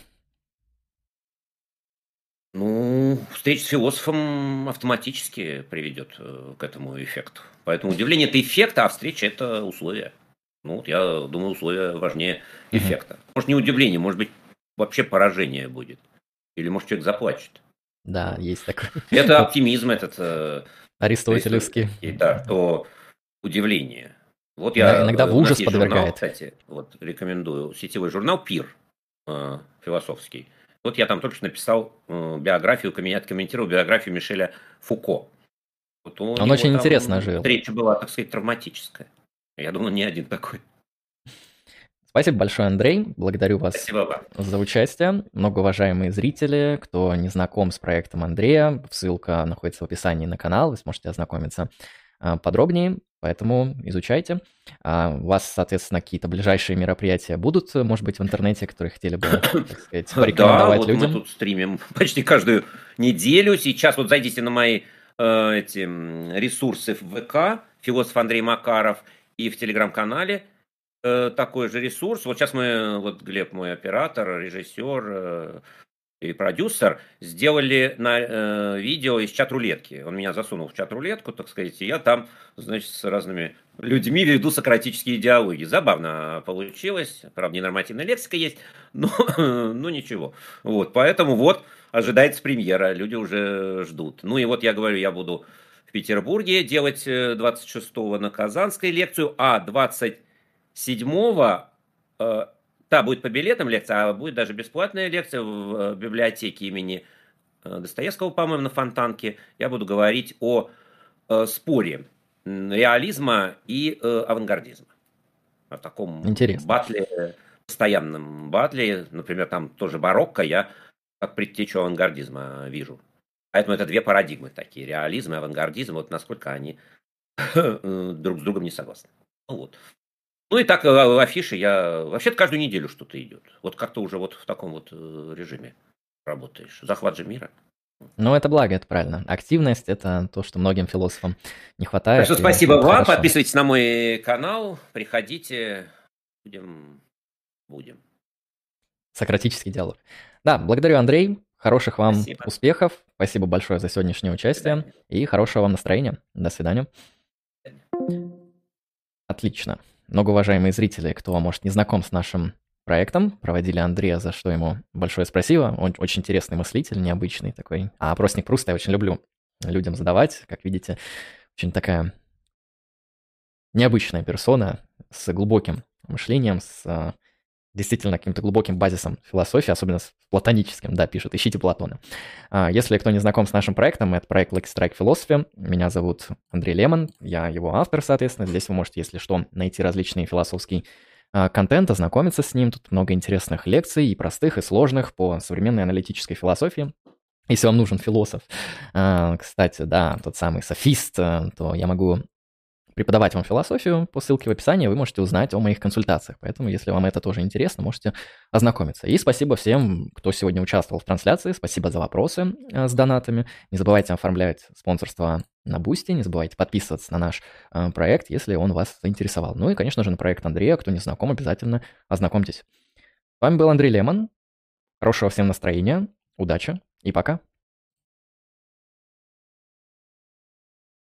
Ну, встреча с философом автоматически приведет э, к этому эффекту. Поэтому удивление это эффект, а встреча это условие. Ну, вот я думаю, условия важнее Мгм. эффекта. Может, не удивление, может быть, вообще поражение будет. Или, может, человек заплачет. Да, есть такой. Это Вот оптимизм, этот э, аристотелевский. аристотельский, да, то удивление. Вот Ино- я, Иногда э, в у нас ужас есть журнал, подвергает. кстати, вот рекомендую, сетевой журнал «Пир». э, философский. Вот я там только что написал э, биографию, коммен- откомментировал биографию Мишеля Фуко. Вот у Он него очень интересно там жил. встреча была, так сказать, травматическая. Я думаю, не один такой. Спасибо большое, Андрей. Благодарю вас Спасибо вам. за участие. Многоуважаемые зрители, кто не знаком с проектом Андрея, ссылка находится в описании на канал, вы сможете ознакомиться а, подробнее, поэтому изучайте. А, у вас, соответственно, какие-то ближайшие мероприятия будут, может быть, в интернете, которые хотели бы, так сказать, Да, порекомендовать вот мы людям? тут стримим почти каждую неделю. Сейчас вот зайдите на мои э, эти м, ресурсы в ВК, философ Андрей Макаров, и в телеграм-канале э, такой же ресурс. Вот сейчас мы, вот Глеб, мой оператор, режиссер э, и продюсер, сделали на э, видео из чат-рулетки. Он меня засунул в чат-рулетку, так сказать, и я там, значит, с разными людьми веду сократические диалоги. Забавно получилось. Правда, ненормативная лексика есть, но ну ничего. Вот, поэтому вот ожидается премьера, люди уже ждут. Ну и вот я говорю, я буду в Петербурге делать э, двадцать шестого на Казанской лекцию, а двадцать седьмого э, та будет по билетам лекция, а будет даже бесплатная лекция в э, библиотеке имени э, Достоевского, по-моему, на Фонтанке. Я буду говорить о э, споре м, реализма и э, авангардизма. О таком Интересно. батле, постоянном батле. Например, там тоже барокко я как предтечу авангардизма вижу. Поэтому это две парадигмы такие. Реализм и авангардизм. Вот насколько они э, друг с другом не согласны. Ну вот. Ну и так, э, афиши я... Вообще-то каждую неделю что-то идет. Вот как-то уже вот в таком вот э, режиме работаешь. Захват же мира. Ну, это благо, это правильно. Активность – это то, что многим философам не Так хватает. что и спасибо это вам. хорошо. Подписывайтесь на мой канал. Приходите. Будем... Будем. Сократический диалог. Да, благодарю, Андрей. Хороших вам Спасибо. успехов. Спасибо большое за сегодняшнее До участие. свидания. И хорошего вам настроения. До свидания. Отлично. Многоуважаемые зрители, кто, может, не знаком с нашим проектом, проводили Андрея, за что ему большое спасибо. Он очень интересный мыслитель, необычный такой. А опросник Пруста я очень люблю людям задавать. Как видите, очень такая необычная персона с глубоким мышлением, с а, действительно каким-то глубоким базисом философии, особенно с платоническим, да, пишет, ищите Платона. А, если кто не знаком с нашим проектом, это проект Lucky Strike Philosophy. Меня зовут Андрей Лемон, я его автор, соответственно. Здесь вы можете, если что, найти различный философский а, контент, ознакомиться с ним. Тут много интересных лекций, и простых, и сложных, по современной аналитической философии. Если вам нужен философ, а, кстати, да, тот самый софист, а, то я могу преподавать вам философию по ссылке в описании, вы можете узнать о моих консультациях. Поэтому, если вам это тоже интересно, можете ознакомиться. И спасибо всем, кто сегодня участвовал в трансляции. Спасибо за вопросы э, с донатами. Не забывайте оформлять спонсорство на Бусти, не забывайте подписываться на наш э, проект, если он вас заинтересовал. Ну и, конечно же, на проект Андрея. Кто не знаком, обязательно ознакомьтесь. С вами был Андрей Лемон. Хорошего всем настроения, удачи и пока.